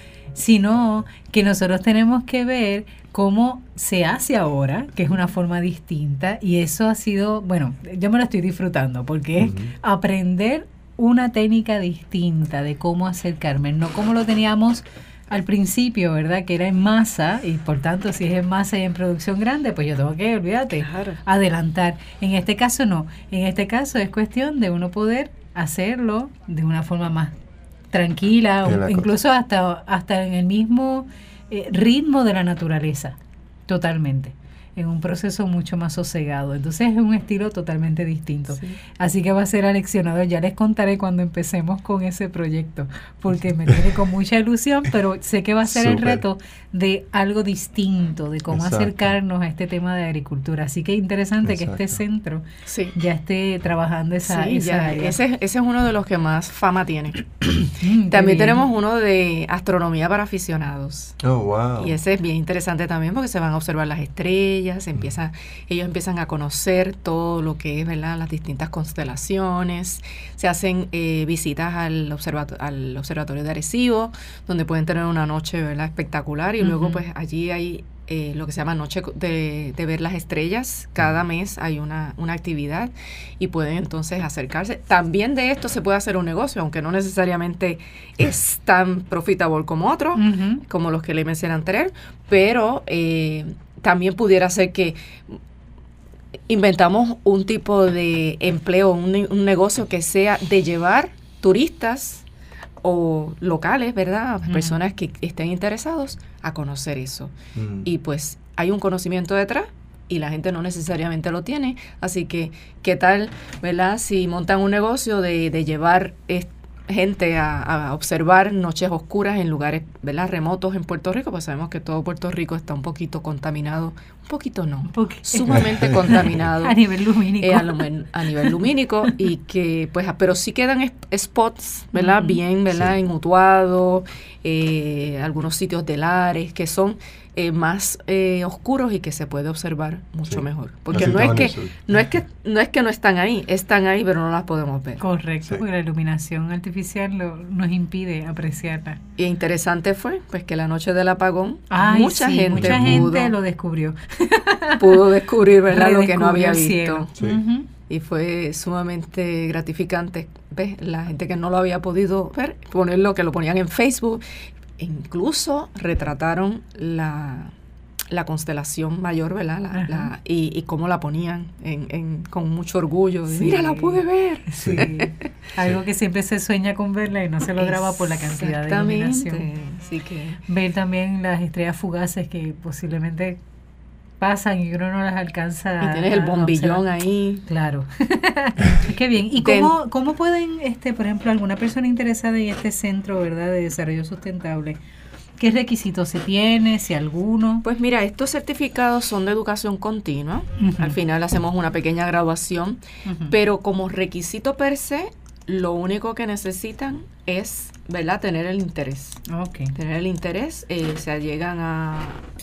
sino que nosotros tenemos que ver cómo se hace ahora, que es una forma distinta, y eso ha sido, bueno, yo me lo estoy disfrutando, porque uh-huh. es aprender una técnica distinta de cómo hacer Carmen, no como lo teníamos al principio, ¿verdad? Que era en masa, y por tanto, si es en masa y en producción grande, pues yo tengo que, olvídate, claro. adelantar. En este caso no, en este caso es cuestión de uno poder hacerlo de una forma más tranquila, o incluso hasta, hasta en el mismo eh, ritmo de la naturaleza, totalmente. en un proceso mucho más sosegado. Entonces es un estilo totalmente distinto. Sí. Así que va a ser aleccionador. Ya les contaré cuando empecemos con ese proyecto, porque me tiene con mucha ilusión, pero sé que va a ser Super. el reto de algo distinto, de cómo Exacto. acercarnos a este tema de agricultura. Así que interesante Exacto. que este centro sí. ya esté trabajando esa, sí, esa ya, área. Ese, ese es uno de los que más fama tiene. mm, también tenemos uno de astronomía para aficionados. Oh, wow. Y ese es bien interesante también porque se van a observar las estrellas, empiezan, ellos empiezan a conocer todo lo que es, ¿verdad?, las distintas constelaciones. Se hacen eh, visitas al, observato al observatorio de Arecibo, donde pueden tener una noche, ¿verdad?, espectacular, y uh-huh. luego pues allí hay eh, lo que se llama noche de, de ver las estrellas. Cada mes hay una, una actividad y pueden entonces acercarse. También de esto se puede hacer un negocio, aunque no necesariamente es tan profitable como otro, uh-huh. como los que le mencioné anterior, pero eh, también pudiera ser que inventamos un tipo de empleo, un, un negocio que sea de llevar turistas o locales, ¿verdad? Mm. Personas que estén interesados a conocer eso. Mm. Y pues hay un conocimiento detrás y la gente no necesariamente lo tiene. Así que, ¿qué tal, verdad? Si montan un negocio de, de llevar est- gente a, a observar noches oscuras en lugares, ¿verdad?, remotos en Puerto Rico, pues sabemos que todo Puerto Rico está un poquito contaminado, un poquito no, un sumamente contaminado a nivel lumínico, eh, a, lo, a nivel lumínico y que pues, pero sí quedan es, spots, ¿verdad?, uh-huh. bien, ¿verdad?, sí. en Utuado, eh, algunos sitios de Lares que son Eh, más eh, oscuros y que se puede observar mucho sí. mejor, porque no es que no es que no es que no están ahí, están ahí pero no las podemos ver. Correcto, sí. porque la iluminación artificial lo, nos impide apreciarla. Y interesante fue pues que la noche del apagón Ay, mucha sí, gente mucha pudo, gente lo descubrió pudo descubrir, ¿verdad?, lo que no había visto. Sí. Uh-huh. Y fue sumamente gratificante, ¿ves? La gente que no lo había podido ver, ponerlo, que lo ponían en Facebook. Incluso retrataron la, la constelación mayor, ¿verdad? La, la, y, y cómo la ponían en, en, con mucho orgullo. Sí. Mira, la pude ver. Sí. Algo que siempre se sueña con verla y no se lograba por la cantidad de iluminación. Así que ver también las estrellas fugaces que posiblemente pasan y uno no las alcanza. Y tienes el bombillón ahí. Claro. Qué bien. ¿Y cómo, cómo pueden, este, por ejemplo, alguna persona interesada en este centro, ¿verdad?, de desarrollo sustentable, qué requisitos se tiene, si alguno? Pues mira, estos certificados son de educación continua. Uh-huh. Al final hacemos una pequeña graduación, uh-huh. pero como requisito per se, lo único que necesitan es, ¿verdad?, tener el interés. Okay. Tener el interés, eh, se llegan a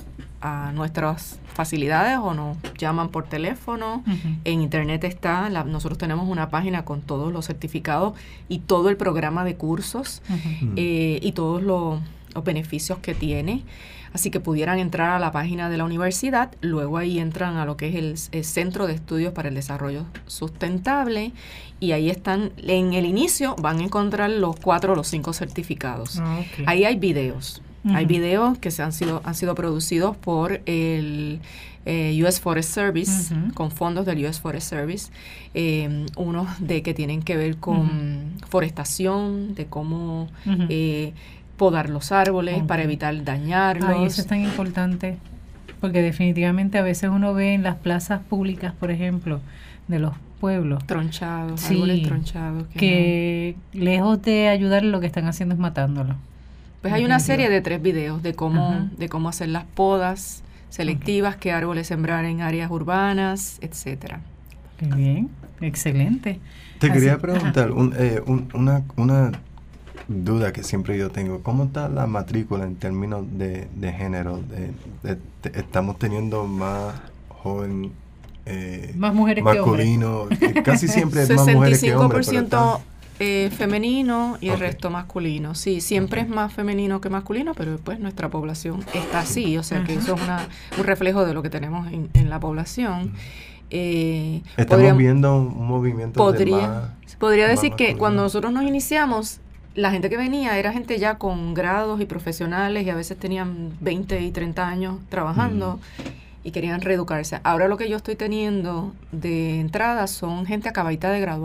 a nuestras facilidades o nos llaman por teléfono. Uh-huh. En internet está, la, nosotros tenemos una página con todos los certificados y todo el programa de cursos uh-huh. eh, y todos los, los beneficios que tiene. Así que pudieran entrar a la página de la universidad, luego ahí entran a lo que es el, el Centro de Estudios para el Desarrollo Sustentable y ahí están, en el inicio van a encontrar los cuatro o los cinco certificados. Okay. Ahí hay videos. Uh-huh. Hay videos que se han sido han sido producidos por el eh, U S Forest Service, uh-huh. con fondos del U S Forest Service, eh, unos de que tienen que ver con uh-huh. forestación, de cómo uh-huh. eh, podar los árboles okay. para evitar dañarlos. Ay, eso es tan importante, porque definitivamente a veces uno ve en las plazas públicas, por ejemplo, de los pueblos. Tronchados, sí, árboles tronchados. Que, que no. lejos de ayudar, lo que están haciendo es matándolos. Pues hay una serie de tres videos de cómo, uh-huh. de cómo hacer las podas selectivas, okay. qué árboles sembrar en áreas urbanas, etcétera. Qué bien, excelente. Te Así, quería preguntar un, eh, un, una, una duda que siempre yo tengo. ¿Cómo está la matrícula en términos de, de género? De, de, de, ¿Estamos teniendo más joven, eh, más mujeres masculino? Que hombres. Casi siempre es más mujeres que hombres. sesenta y cinco por ciento Eh, femenino y okay. el resto masculino. Sí, siempre okay. es más femenino que masculino, pero después nuestra población está así, o sea uh-huh. que eso es una, un reflejo de lo que tenemos en, en la población. Uh-huh. Eh, Estamos viendo un movimiento podría, de más, podría decir más que masculino. Cuando nosotros nos iniciamos, la gente que venía era gente ya con grados y profesionales y a veces tenían veinte y treinta años trabajando uh-huh. y querían reeducarse. Ahora lo que yo estoy teniendo de entrada son gente acabadita de graduar.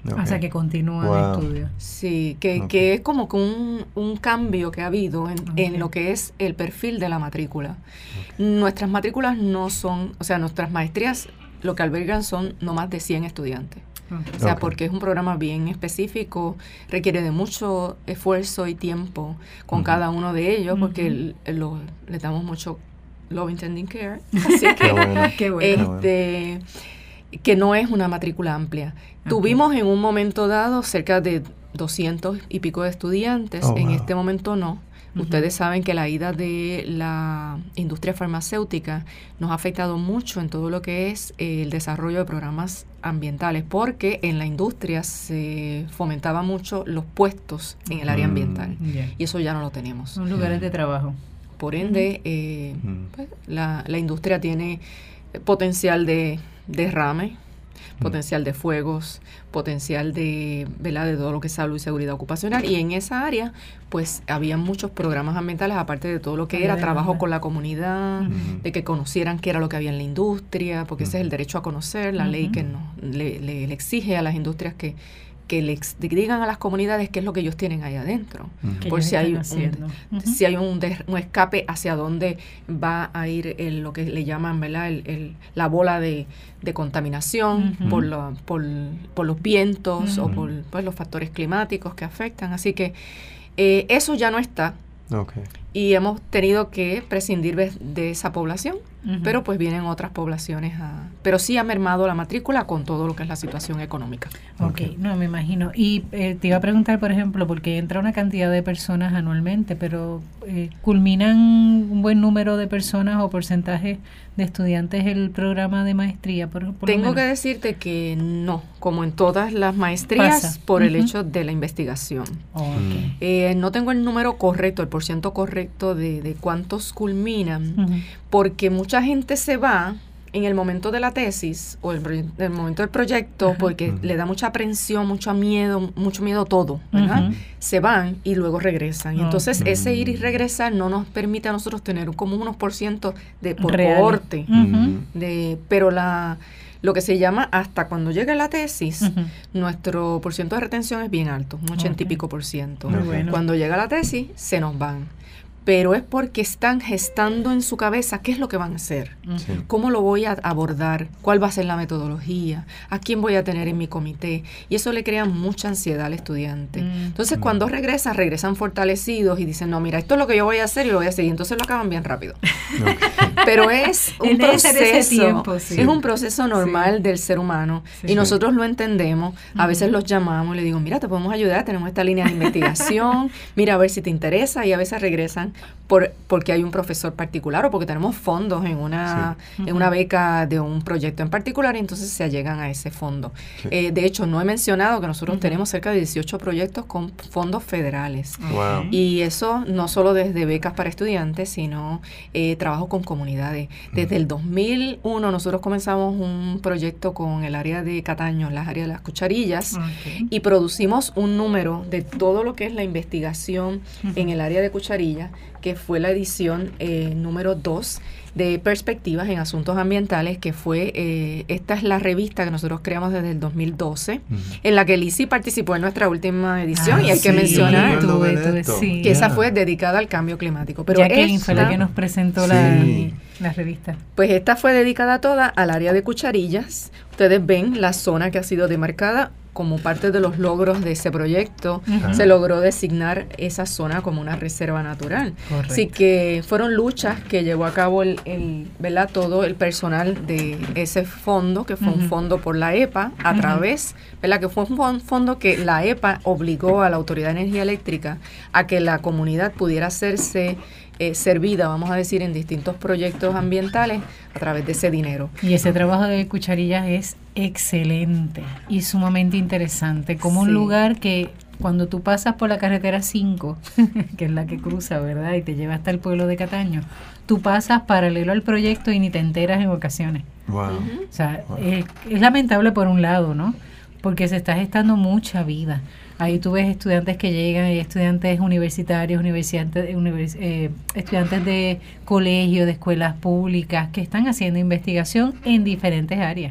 Okay. O sea, que continúan Wow. estudios. Sí, que, Okay. que es como que un, un cambio que ha habido en, Okay. en lo que es el perfil de la matrícula. Okay. Nuestras matrículas no son, o sea, nuestras maestrías lo que albergan son no más de cien estudiantes. Okay. O sea, okay. porque es un programa bien específico, requiere de mucho esfuerzo y tiempo con uh-huh. cada uno de ellos, porque uh-huh. el, lo, le damos mucho love, intending care. Así que, qué bueno. Qué bueno. Este, que no es una matrícula amplia. Okay. Tuvimos en un momento dado cerca de doscientos y pico de estudiantes, oh, en wow. este momento no. Uh-huh. Ustedes saben que la ida de la industria farmacéutica nos ha afectado mucho en todo lo que es eh, el desarrollo de programas ambientales, porque en la industria se fomentaba mucho los puestos en el área ambiental, mm, yeah. y eso ya no lo tenemos. Son lugares de trabajo. Por ende, eh, mm. pues, la, la industria tiene potencial de derrame, potencial de fuegos, potencial de, ¿verdad?, de todo lo que es salud y seguridad ocupacional, y en esa área pues había muchos programas ambientales, aparte de todo lo que era trabajo con la comunidad, uh-huh. de que conocieran qué era lo que había en la industria, porque uh-huh. ese es el derecho a conocer, la uh-huh. ley que no, le, le, le exige a las industrias que que le ex, digan a las comunidades qué es lo que ellos tienen ahí adentro, uh-huh. por si hay, un, uh-huh. si hay un, de, un escape hacia dónde va a ir el, lo que le llaman, ¿verdad?, el, el, la bola de, de contaminación uh-huh. por, lo, por, por los vientos uh-huh. o por pues, los factores climáticos que afectan. Así que eh, eso ya no está. Okay. Y hemos tenido que prescindir de, de esa población, uh-huh. pero pues vienen otras poblaciones a, pero sí ha mermado la matrícula con todo lo que es la situación económica. Ok, okay. No, me imagino. Y eh, te iba a preguntar, por ejemplo, porque entra una cantidad de personas anualmente, pero eh, ¿culminan un buen número de personas o porcentaje de estudiantes el programa de maestría? Por, por Tengo que decirte que no, como en todas las maestrías, Pasa. por uh-huh. el hecho de la investigación. Oh, okay. eh, no tengo el número correcto, el porciento correcto de, de cuántos culminan, uh-huh. porque mucha gente se va en el momento de la tesis o el, el momento del proyecto, uh-huh. porque uh-huh. le da mucha aprensión, mucho miedo, mucho miedo todo, ¿verdad? Uh-huh. Se van y luego regresan. Y uh-huh. entonces ese ir y regresar no nos permite a nosotros tener como unos por ciento de por Real. cohorte. Uh-huh. De, pero la... Lo que se llama, hasta cuando llegue la tesis, uh-huh. nuestro porciento de retención es bien alto, un ochenta okay. y pico por ciento. Muy bueno. Cuando llega la tesis, se nos van. Pero es porque están gestando en su cabeza qué es lo que van a hacer, sí. cómo lo voy a abordar, cuál va a ser la metodología, a quién voy a tener en mi comité. Y eso le crea mucha ansiedad al estudiante. Mm. Entonces, mm. cuando regresan, regresan fortalecidos y dicen, no, mira, esto es lo que yo voy a hacer y lo voy a hacer. Y entonces lo acaban bien rápido. Okay. Pero es un proceso, tiempo, sí. es un proceso normal sí. del ser humano. Sí. Y nosotros lo entendemos. A mm. veces los llamamos y le digo, mira, te podemos ayudar, tenemos esta línea de investigación, mira a ver si te interesa. Y a veces regresan Por, porque hay un profesor particular o porque tenemos fondos en una sí. en una beca de un proyecto en particular y entonces se allegan a ese fondo. Sí. Eh, de hecho, no he mencionado que nosotros uh-huh. tenemos cerca de dieciocho proyectos con fondos federales. Wow. Y eso no solo desde becas para estudiantes, sino eh, trabajo con comunidades. Desde uh-huh. el dos mil uno nosotros comenzamos un proyecto con el área de Cataño, las áreas de las cucharillas, okay. y producimos un número de todo lo que es la investigación uh-huh. en el área de cucharillas, que fue la edición eh, número dos de Perspectivas en Asuntos Ambientales, que fue, eh, esta es la revista que nosotros creamos desde el dos mil doce, uh-huh. en la que Lizzy participó en nuestra última edición, ah, y hay sí, que mencionar tuve, tuve, sí. que yeah. esa fue dedicada al cambio climático. Pero Jacqueline fue la que nos presentó sí. la, la revista. Pues esta fue dedicada toda al área de cucharillas. Ustedes ven la zona que ha sido demarcada como parte de los logros de ese proyecto, uh-huh. se logró designar esa zona como una reserva natural. Correcto. Así que fueron luchas que llevó a cabo el, el, ¿verdad? todo el personal de ese fondo, que fue uh-huh. un fondo por la E P A, a uh-huh. través, ¿verdad? que fue un fondo que la E P A obligó a la Autoridad de Energía Eléctrica a que la comunidad pudiera hacerse Eh, servida, vamos a decir, en distintos proyectos ambientales a través de ese dinero. Y ese trabajo de cucharillas es excelente y sumamente interesante, como sí. un lugar que cuando tú pasas por la carretera cinco, que es la que cruza, ¿verdad?, y te lleva hasta el pueblo de Cataño, tú pasas paralelo al proyecto y ni te enteras en ocasiones. Wow. Uh-huh. O sea, wow. es, es lamentable por un lado, ¿no?, porque se está gestando mucha vida. Ahí tú ves estudiantes que llegan, hay estudiantes universitarios, universitantes, univers, eh, estudiantes de colegios, de escuelas públicas, que están haciendo investigación en diferentes áreas.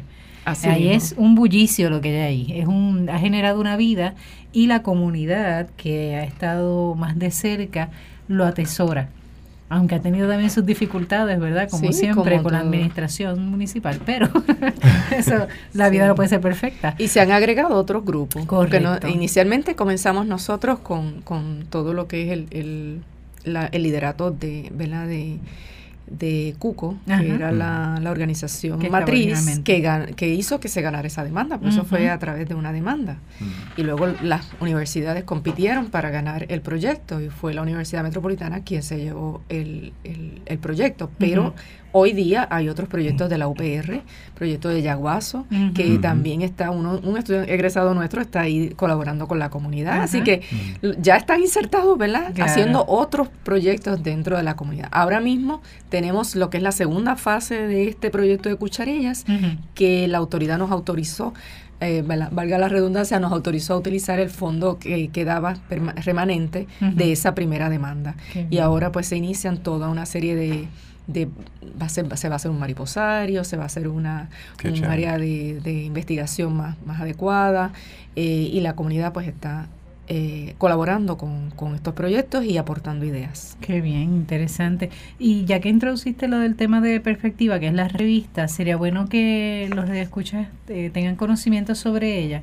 Así ahí mismo. es un bullicio lo que hay ahí. Es un, ha generado una vida y la comunidad que ha estado más de cerca lo atesora. Aunque ha tenido también sus dificultades, ¿verdad? Como sí, siempre como con la todo. administración municipal, pero eso, la vida sí. no puede ser perfecta. Y se han agregado otros grupos. Correcto. Porque no, inicialmente comenzamos nosotros con, con todo lo que es el, el, la, el liderato de, ¿verdad? de de CUCO, Ajá. que era la, la organización que matriz que, gan, que hizo que se ganara esa demanda, por uh-huh. eso fue a través de una demanda. Uh-huh. Y luego las universidades compitieron para ganar el proyecto y fue la Universidad Metropolitana quien se llevó el, el, el proyecto, pero uh-huh. hoy día hay otros proyectos de la U P R, proyecto de Yaguazo, uh-huh. que uh-huh. también está, uno, un estudiante egresado nuestro está ahí colaborando con la comunidad, uh-huh. así que uh-huh. ya están insertados, ¿verdad? Claro. Haciendo otros proyectos dentro de la comunidad. Ahora mismo tenemos lo que es la segunda fase de este proyecto de Cucharillas, uh-huh. que la autoridad nos autorizó, eh, valga la redundancia, nos autorizó a utilizar el fondo que quedaba perma- remanente uh-huh. de esa primera demanda. Qué y ahora pues se inician toda una serie de... De, va a ser, se va a hacer un mariposario, se va a hacer una Qué un chévere. área de, de investigación más, más adecuada eh, y la comunidad pues está eh, colaborando con, con estos proyectos y aportando ideas. Qué bien, interesante. Y ya que introduciste lo del tema de perspectiva, que es la revista, sería bueno que los radioescuchas eh, tengan conocimiento sobre ella,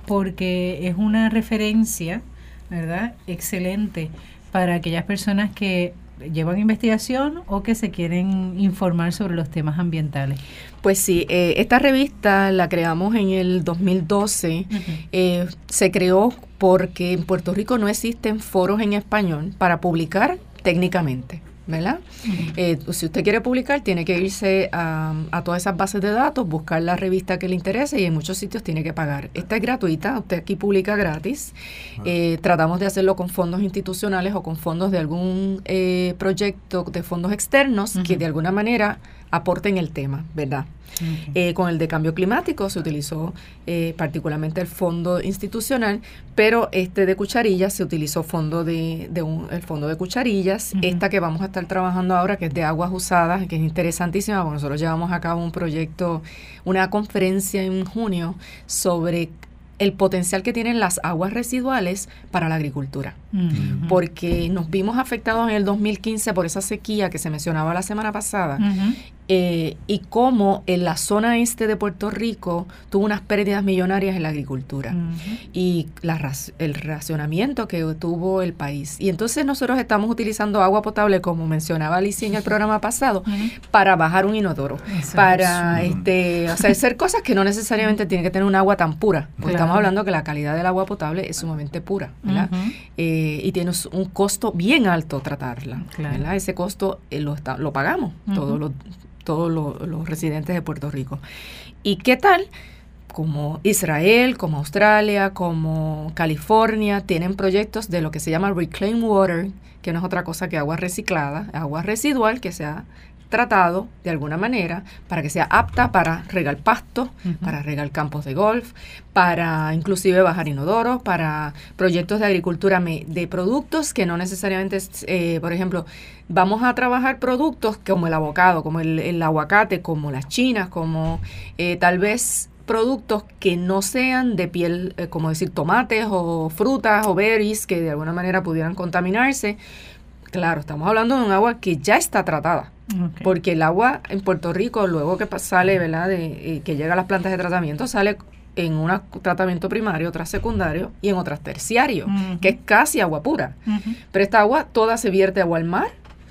porque es una referencia, ¿verdad?, excelente para aquellas personas que llevan investigación o que se quieren informar sobre los temas ambientales. Pues sí, eh, esta revista la creamos en el dos mil doce, uh-huh. eh, se creó porque en Puerto Rico no existen foros en español para publicar técnicamente, ¿verdad? Uh-huh. Eh, si usted quiere publicar, tiene que irse a, a todas esas bases de datos, buscar la revista que le interese y en muchos sitios tiene que pagar. Esta es gratuita, usted aquí publica gratis. Uh-huh. Eh, tratamos de hacerlo con fondos institucionales o con fondos de algún eh, proyecto de fondos externos uh-huh. que de alguna manera aporten el tema, ¿verdad? Okay. Eh, con el de cambio climático se utilizó eh, particularmente el fondo institucional, pero este de Cucharillas se utilizó fondo de, de un, el fondo de Cucharillas. Uh-huh. Esta que vamos a estar trabajando ahora, que es de aguas usadas, que es interesantísima, porque nosotros llevamos a cabo un proyecto, una conferencia en junio sobre el potencial que tienen las aguas residuales para la agricultura. Uh-huh. Porque nos vimos afectados en el dos mil quince por esa sequía que se mencionaba la semana pasada, uh-huh. eh, y cómo en la zona este de Puerto Rico tuvo unas pérdidas millonarias en la agricultura uh-huh. y la, el racionamiento que tuvo el país. Y entonces nosotros estamos utilizando agua potable, como mencionaba Alicia en el programa pasado, uh-huh. para bajar un inodoro, Exacto. para uh-huh. este, o sea, hacer cosas que no necesariamente tienen que tener un agua tan pura, porque claro. estamos hablando que la calidad del agua potable es sumamente pura, ¿verdad? Uh-huh. Eh, y tiene un costo bien alto tratarla, claro. ¿verdad? Ese costo eh, lo, está, lo pagamos uh-huh. todos, los, todos los, los residentes de Puerto Rico. ¿Y qué tal? Como Israel, como Australia, como California, tienen proyectos de lo que se llama Reclaim Water, que no es otra cosa que agua reciclada, agua residual que se ha tratado de alguna manera para que sea apta para regar pasto, uh-huh. para regar campos de golf, para inclusive bajar inodoros, para proyectos de agricultura me, de productos que no necesariamente, eh, por ejemplo, vamos a trabajar productos como el avocado, como el, el aguacate, como las chinas, como eh, tal vez productos que no sean de piel, eh, como decir tomates o frutas o berries que de alguna manera pudieran contaminarse. Claro, estamos hablando de un agua que ya está tratada, okay. porque el agua en Puerto Rico, luego que sale, ¿verdad?, de, eh, que llega a las plantas de tratamiento, sale en un tratamiento primario, otras secundario y en otras terciario, uh-huh. que es casi agua pura. Uh-huh. Pero esta agua toda se vierte agua al mar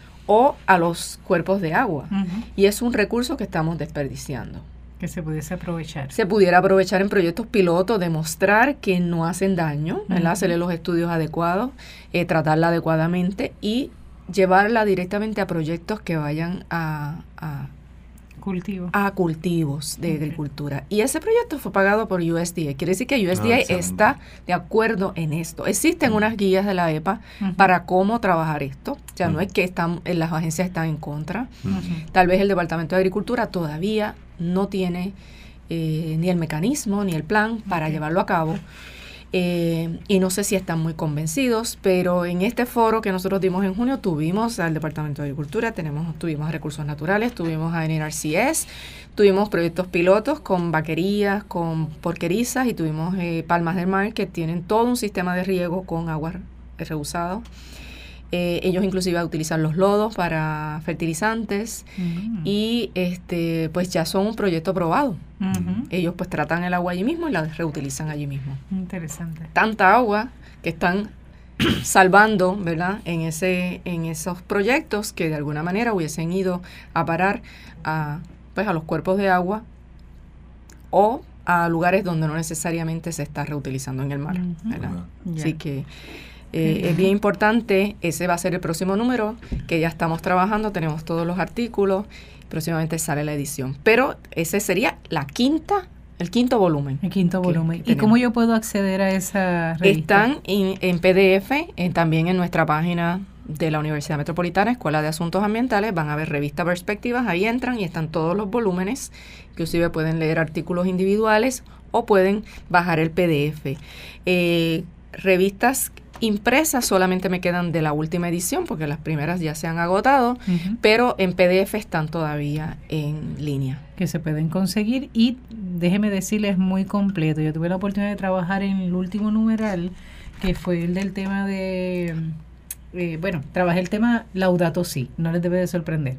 o a los cuerpos de agua, uh-huh. y es un recurso que estamos desperdiciando. Que se pudiese aprovechar. Se pudiera aprovechar en proyectos pilotos, demostrar que no hacen daño, ¿verdad? Uh-huh. Hacerle los estudios adecuados, eh, tratarla adecuadamente y llevarla directamente a proyectos que vayan a, a, Cultivo. a cultivos de okay. agricultura. Y ese proyecto fue pagado por U S D A. Quiere decir que U S D A ah, está de acuerdo en esto. Existen uh-huh. unas guías de la E P A uh-huh. para cómo trabajar esto. O sea, uh-huh. no es que están, las agencias están en contra. Uh-huh. Tal vez el Departamento de Agricultura todavía no tiene eh, ni el mecanismo ni el plan para okay. llevarlo a cabo. Eh, y no sé si están muy convencidos, pero en este foro que nosotros dimos en junio tuvimos al Departamento de Agricultura, tenemos, tuvimos a Recursos Naturales, tuvimos a N R C S, tuvimos proyectos pilotos con vaquerías, con porquerizas y tuvimos eh, Palmas del Mar que tienen todo un sistema de riego con agua reusado. Eh, ellos inclusive utilizan los lodos para fertilizantes uh-huh. y este pues ya son un proyecto aprobado. Uh-huh. Ellos pues tratan el agua allí mismo y la reutilizan allí mismo. Interesante. Tanta agua que están salvando, ¿verdad? En ese en esos proyectos que de alguna manera hubiesen ido a parar a pues a los cuerpos de agua o a lugares donde no necesariamente se está reutilizando en el mar, uh-huh. ¿verdad? Uh-huh. Así yeah. que Eh, es bien importante, ese va a ser el próximo número que ya estamos trabajando, tenemos todos los artículos, próximamente sale la edición. Pero ese sería la quinta, el quinto volumen. El quinto volumen. ¿Y cómo yo puedo acceder a esa revista? Están en, en P D F, en, también en nuestra página de la Universidad Metropolitana, Escuela de Asuntos Ambientales, van a ver revista Perspectivas, ahí entran y están todos los volúmenes, inclusive pueden leer artículos individuales o pueden bajar el P D F. Eh, revistas impresas solamente me quedan de la última edición porque las primeras ya se han agotado, uh-huh. pero en P D F están todavía en línea. Que se pueden conseguir y déjeme decirles, es muy completo. Yo tuve la oportunidad de trabajar en el último numeral que fue el del tema de... Eh, bueno, trabajé el tema Laudato Si, no les debe de sorprender.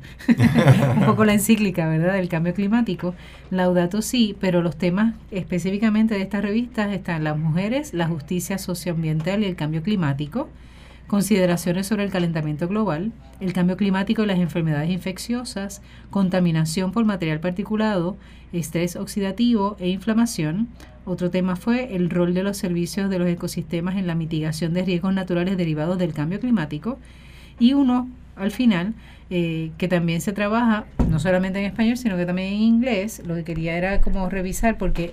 Un poco la encíclica, ¿verdad?, del cambio climático, Laudato Si, pero los temas específicamente de estas revistas están las mujeres, la justicia socioambiental y el cambio climático, consideraciones sobre el calentamiento global, el cambio climático y las enfermedades infecciosas, contaminación por material particulado, estrés oxidativo e inflamación. Otro tema fue el rol de los servicios de los ecosistemas en la mitigación de riesgos naturales derivados del cambio climático. Y uno, al final, eh, que también se trabaja, no solamente en español, sino que también en inglés. Lo que quería era como revisar, porque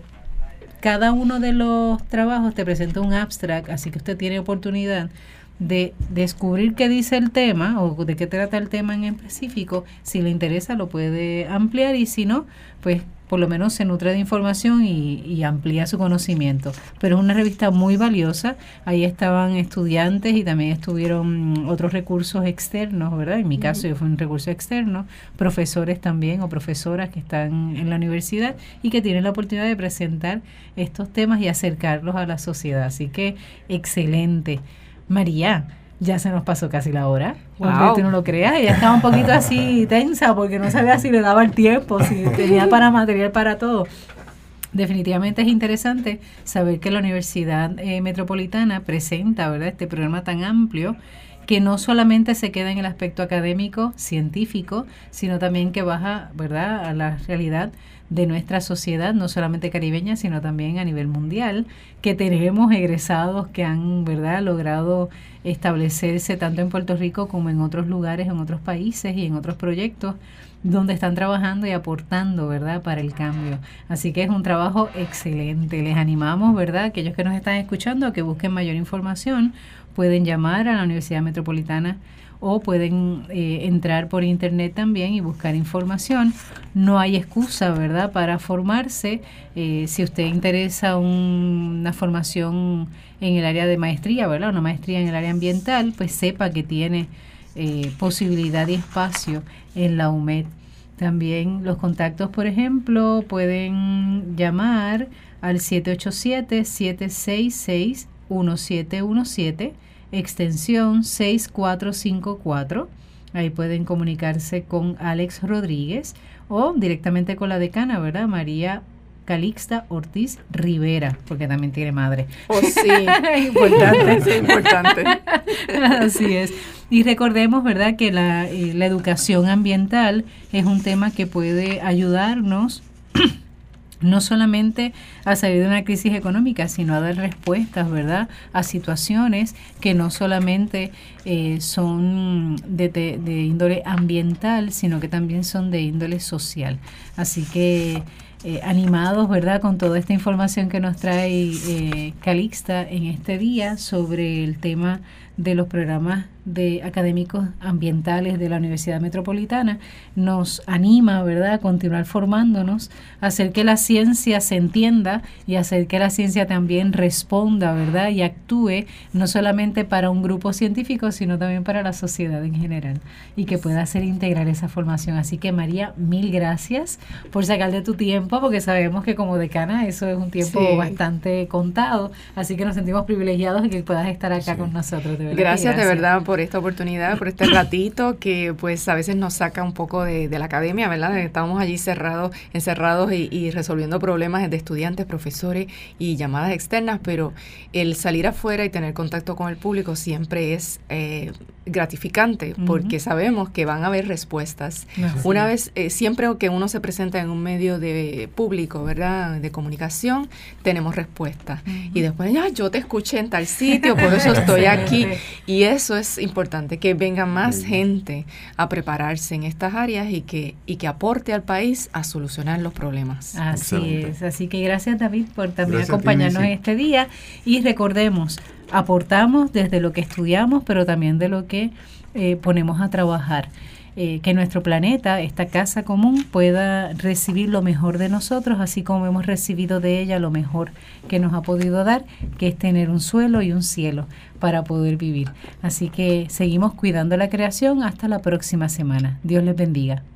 cada uno de los trabajos te presenta un abstract, así que usted tiene oportunidad de descubrir qué dice el tema o de qué trata el tema en específico. Si le interesa, lo puede ampliar y si no, pues por lo menos se nutre de información y, y amplía su conocimiento. Pero es una revista muy valiosa. Ahí estaban estudiantes y también estuvieron otros recursos externos, ¿verdad? En mi uh-huh. caso yo fui un recurso externo, profesores también o profesoras que están en la universidad y que tienen la oportunidad de presentar estos temas y acercarlos a la sociedad. Así que excelente. María, ya se nos pasó casi la hora. Wow. Tú no lo creas, ella estaba un poquito así tensa porque no sabía si le daba el tiempo, si tenía para material para todo. Definitivamente es interesante saber que la Universidad eh, Metropolitana presenta, ¿verdad?, este programa tan amplio que no solamente se queda en el aspecto académico, científico, sino también que baja, ¿verdad?, a la realidad de nuestra sociedad, no solamente caribeña, sino también a nivel mundial, que tenemos egresados que han, ¿verdad?, logrado establecerse tanto en Puerto Rico como en otros lugares, en otros países y en otros proyectos donde están trabajando y aportando, ¿verdad?, para el cambio. Así que es un trabajo excelente. Les animamos, ¿verdad?, aquellos que nos están escuchando a que busquen mayor información. Pueden llamar a la Universidad Metropolitana o pueden eh, entrar por internet también y buscar información. No hay excusa, ¿verdad?, para formarse. Eh, si usted interesa un, una formación en el área de maestría, ¿verdad?, una maestría en el área ambiental, pues sepa que tiene eh, posibilidad y espacio en la U M E D. También los contactos, por ejemplo, pueden llamar al siete ocho siete, siete seis seis, uno siete uno siete, extensión seis cuatro cinco cuatro. Ahí pueden comunicarse con Alex Rodríguez o directamente con la decana, ¿verdad?, María Calixta Ortiz Rivera, porque también tiene madre. Oh, sí. Importante, sí, importante. Así es. Y recordemos, ¿verdad?, que la, eh, la educación ambiental es un tema que puede ayudarnos no solamente a salir de una crisis económica, sino a dar respuestas, ¿verdad?, a situaciones que no solamente eh, son de, de, de índole ambiental, sino que también son de índole social. Así que eh, animados, ¿verdad?, con toda esta información que nos trae eh, Calixta en este día sobre el tema de los programas de académicos ambientales de la Universidad Metropolitana, nos anima, ¿verdad?, a continuar formándonos, a hacer que la ciencia se entienda y hacer que la ciencia también responda, ¿verdad?, y actúe no solamente para un grupo científico, sino también para la sociedad en general, y que pueda hacer integral esa formación. Así que, María, mil gracias por sacar de tu tiempo, porque sabemos que como decana eso es un tiempo sí. bastante contado, así que nos sentimos privilegiados de que puedas estar acá sí. con nosotros. De verdad, gracias, gracias de verdad por esta oportunidad, por este ratito que pues a veces nos saca un poco de, de la academia, ¿verdad? Estamos allí cerrados, encerrados y, y resolviendo problemas de estudiantes, profesores y llamadas externas, pero el salir afuera y tener contacto con el público siempre es eh, gratificante, uh-huh. porque sabemos que van a haber respuestas. Uh-huh. Una vez, eh, siempre que uno se presenta en un medio de público, ¿verdad?, de comunicación, tenemos respuestas. Uh-huh. Y después, ya, yo te escuché en tal sitio, por eso estoy aquí. Y eso es importante, que venga más uh-huh. gente a prepararse en estas áreas y que, y que aporte al país a solucionar los problemas. Así Excelente. Es. Así que gracias, David, por también gracias acompañarnos ti, en este día. Y recordemos, aportamos desde lo que estudiamos, pero también de lo que eh, ponemos a trabajar. Eh, que nuestro planeta, esta casa común, pueda recibir lo mejor de nosotros, así como hemos recibido de ella lo mejor que nos ha podido dar, que es tener un suelo y un cielo para poder vivir. Así que seguimos cuidando la creación hasta la próxima semana. Dios les bendiga.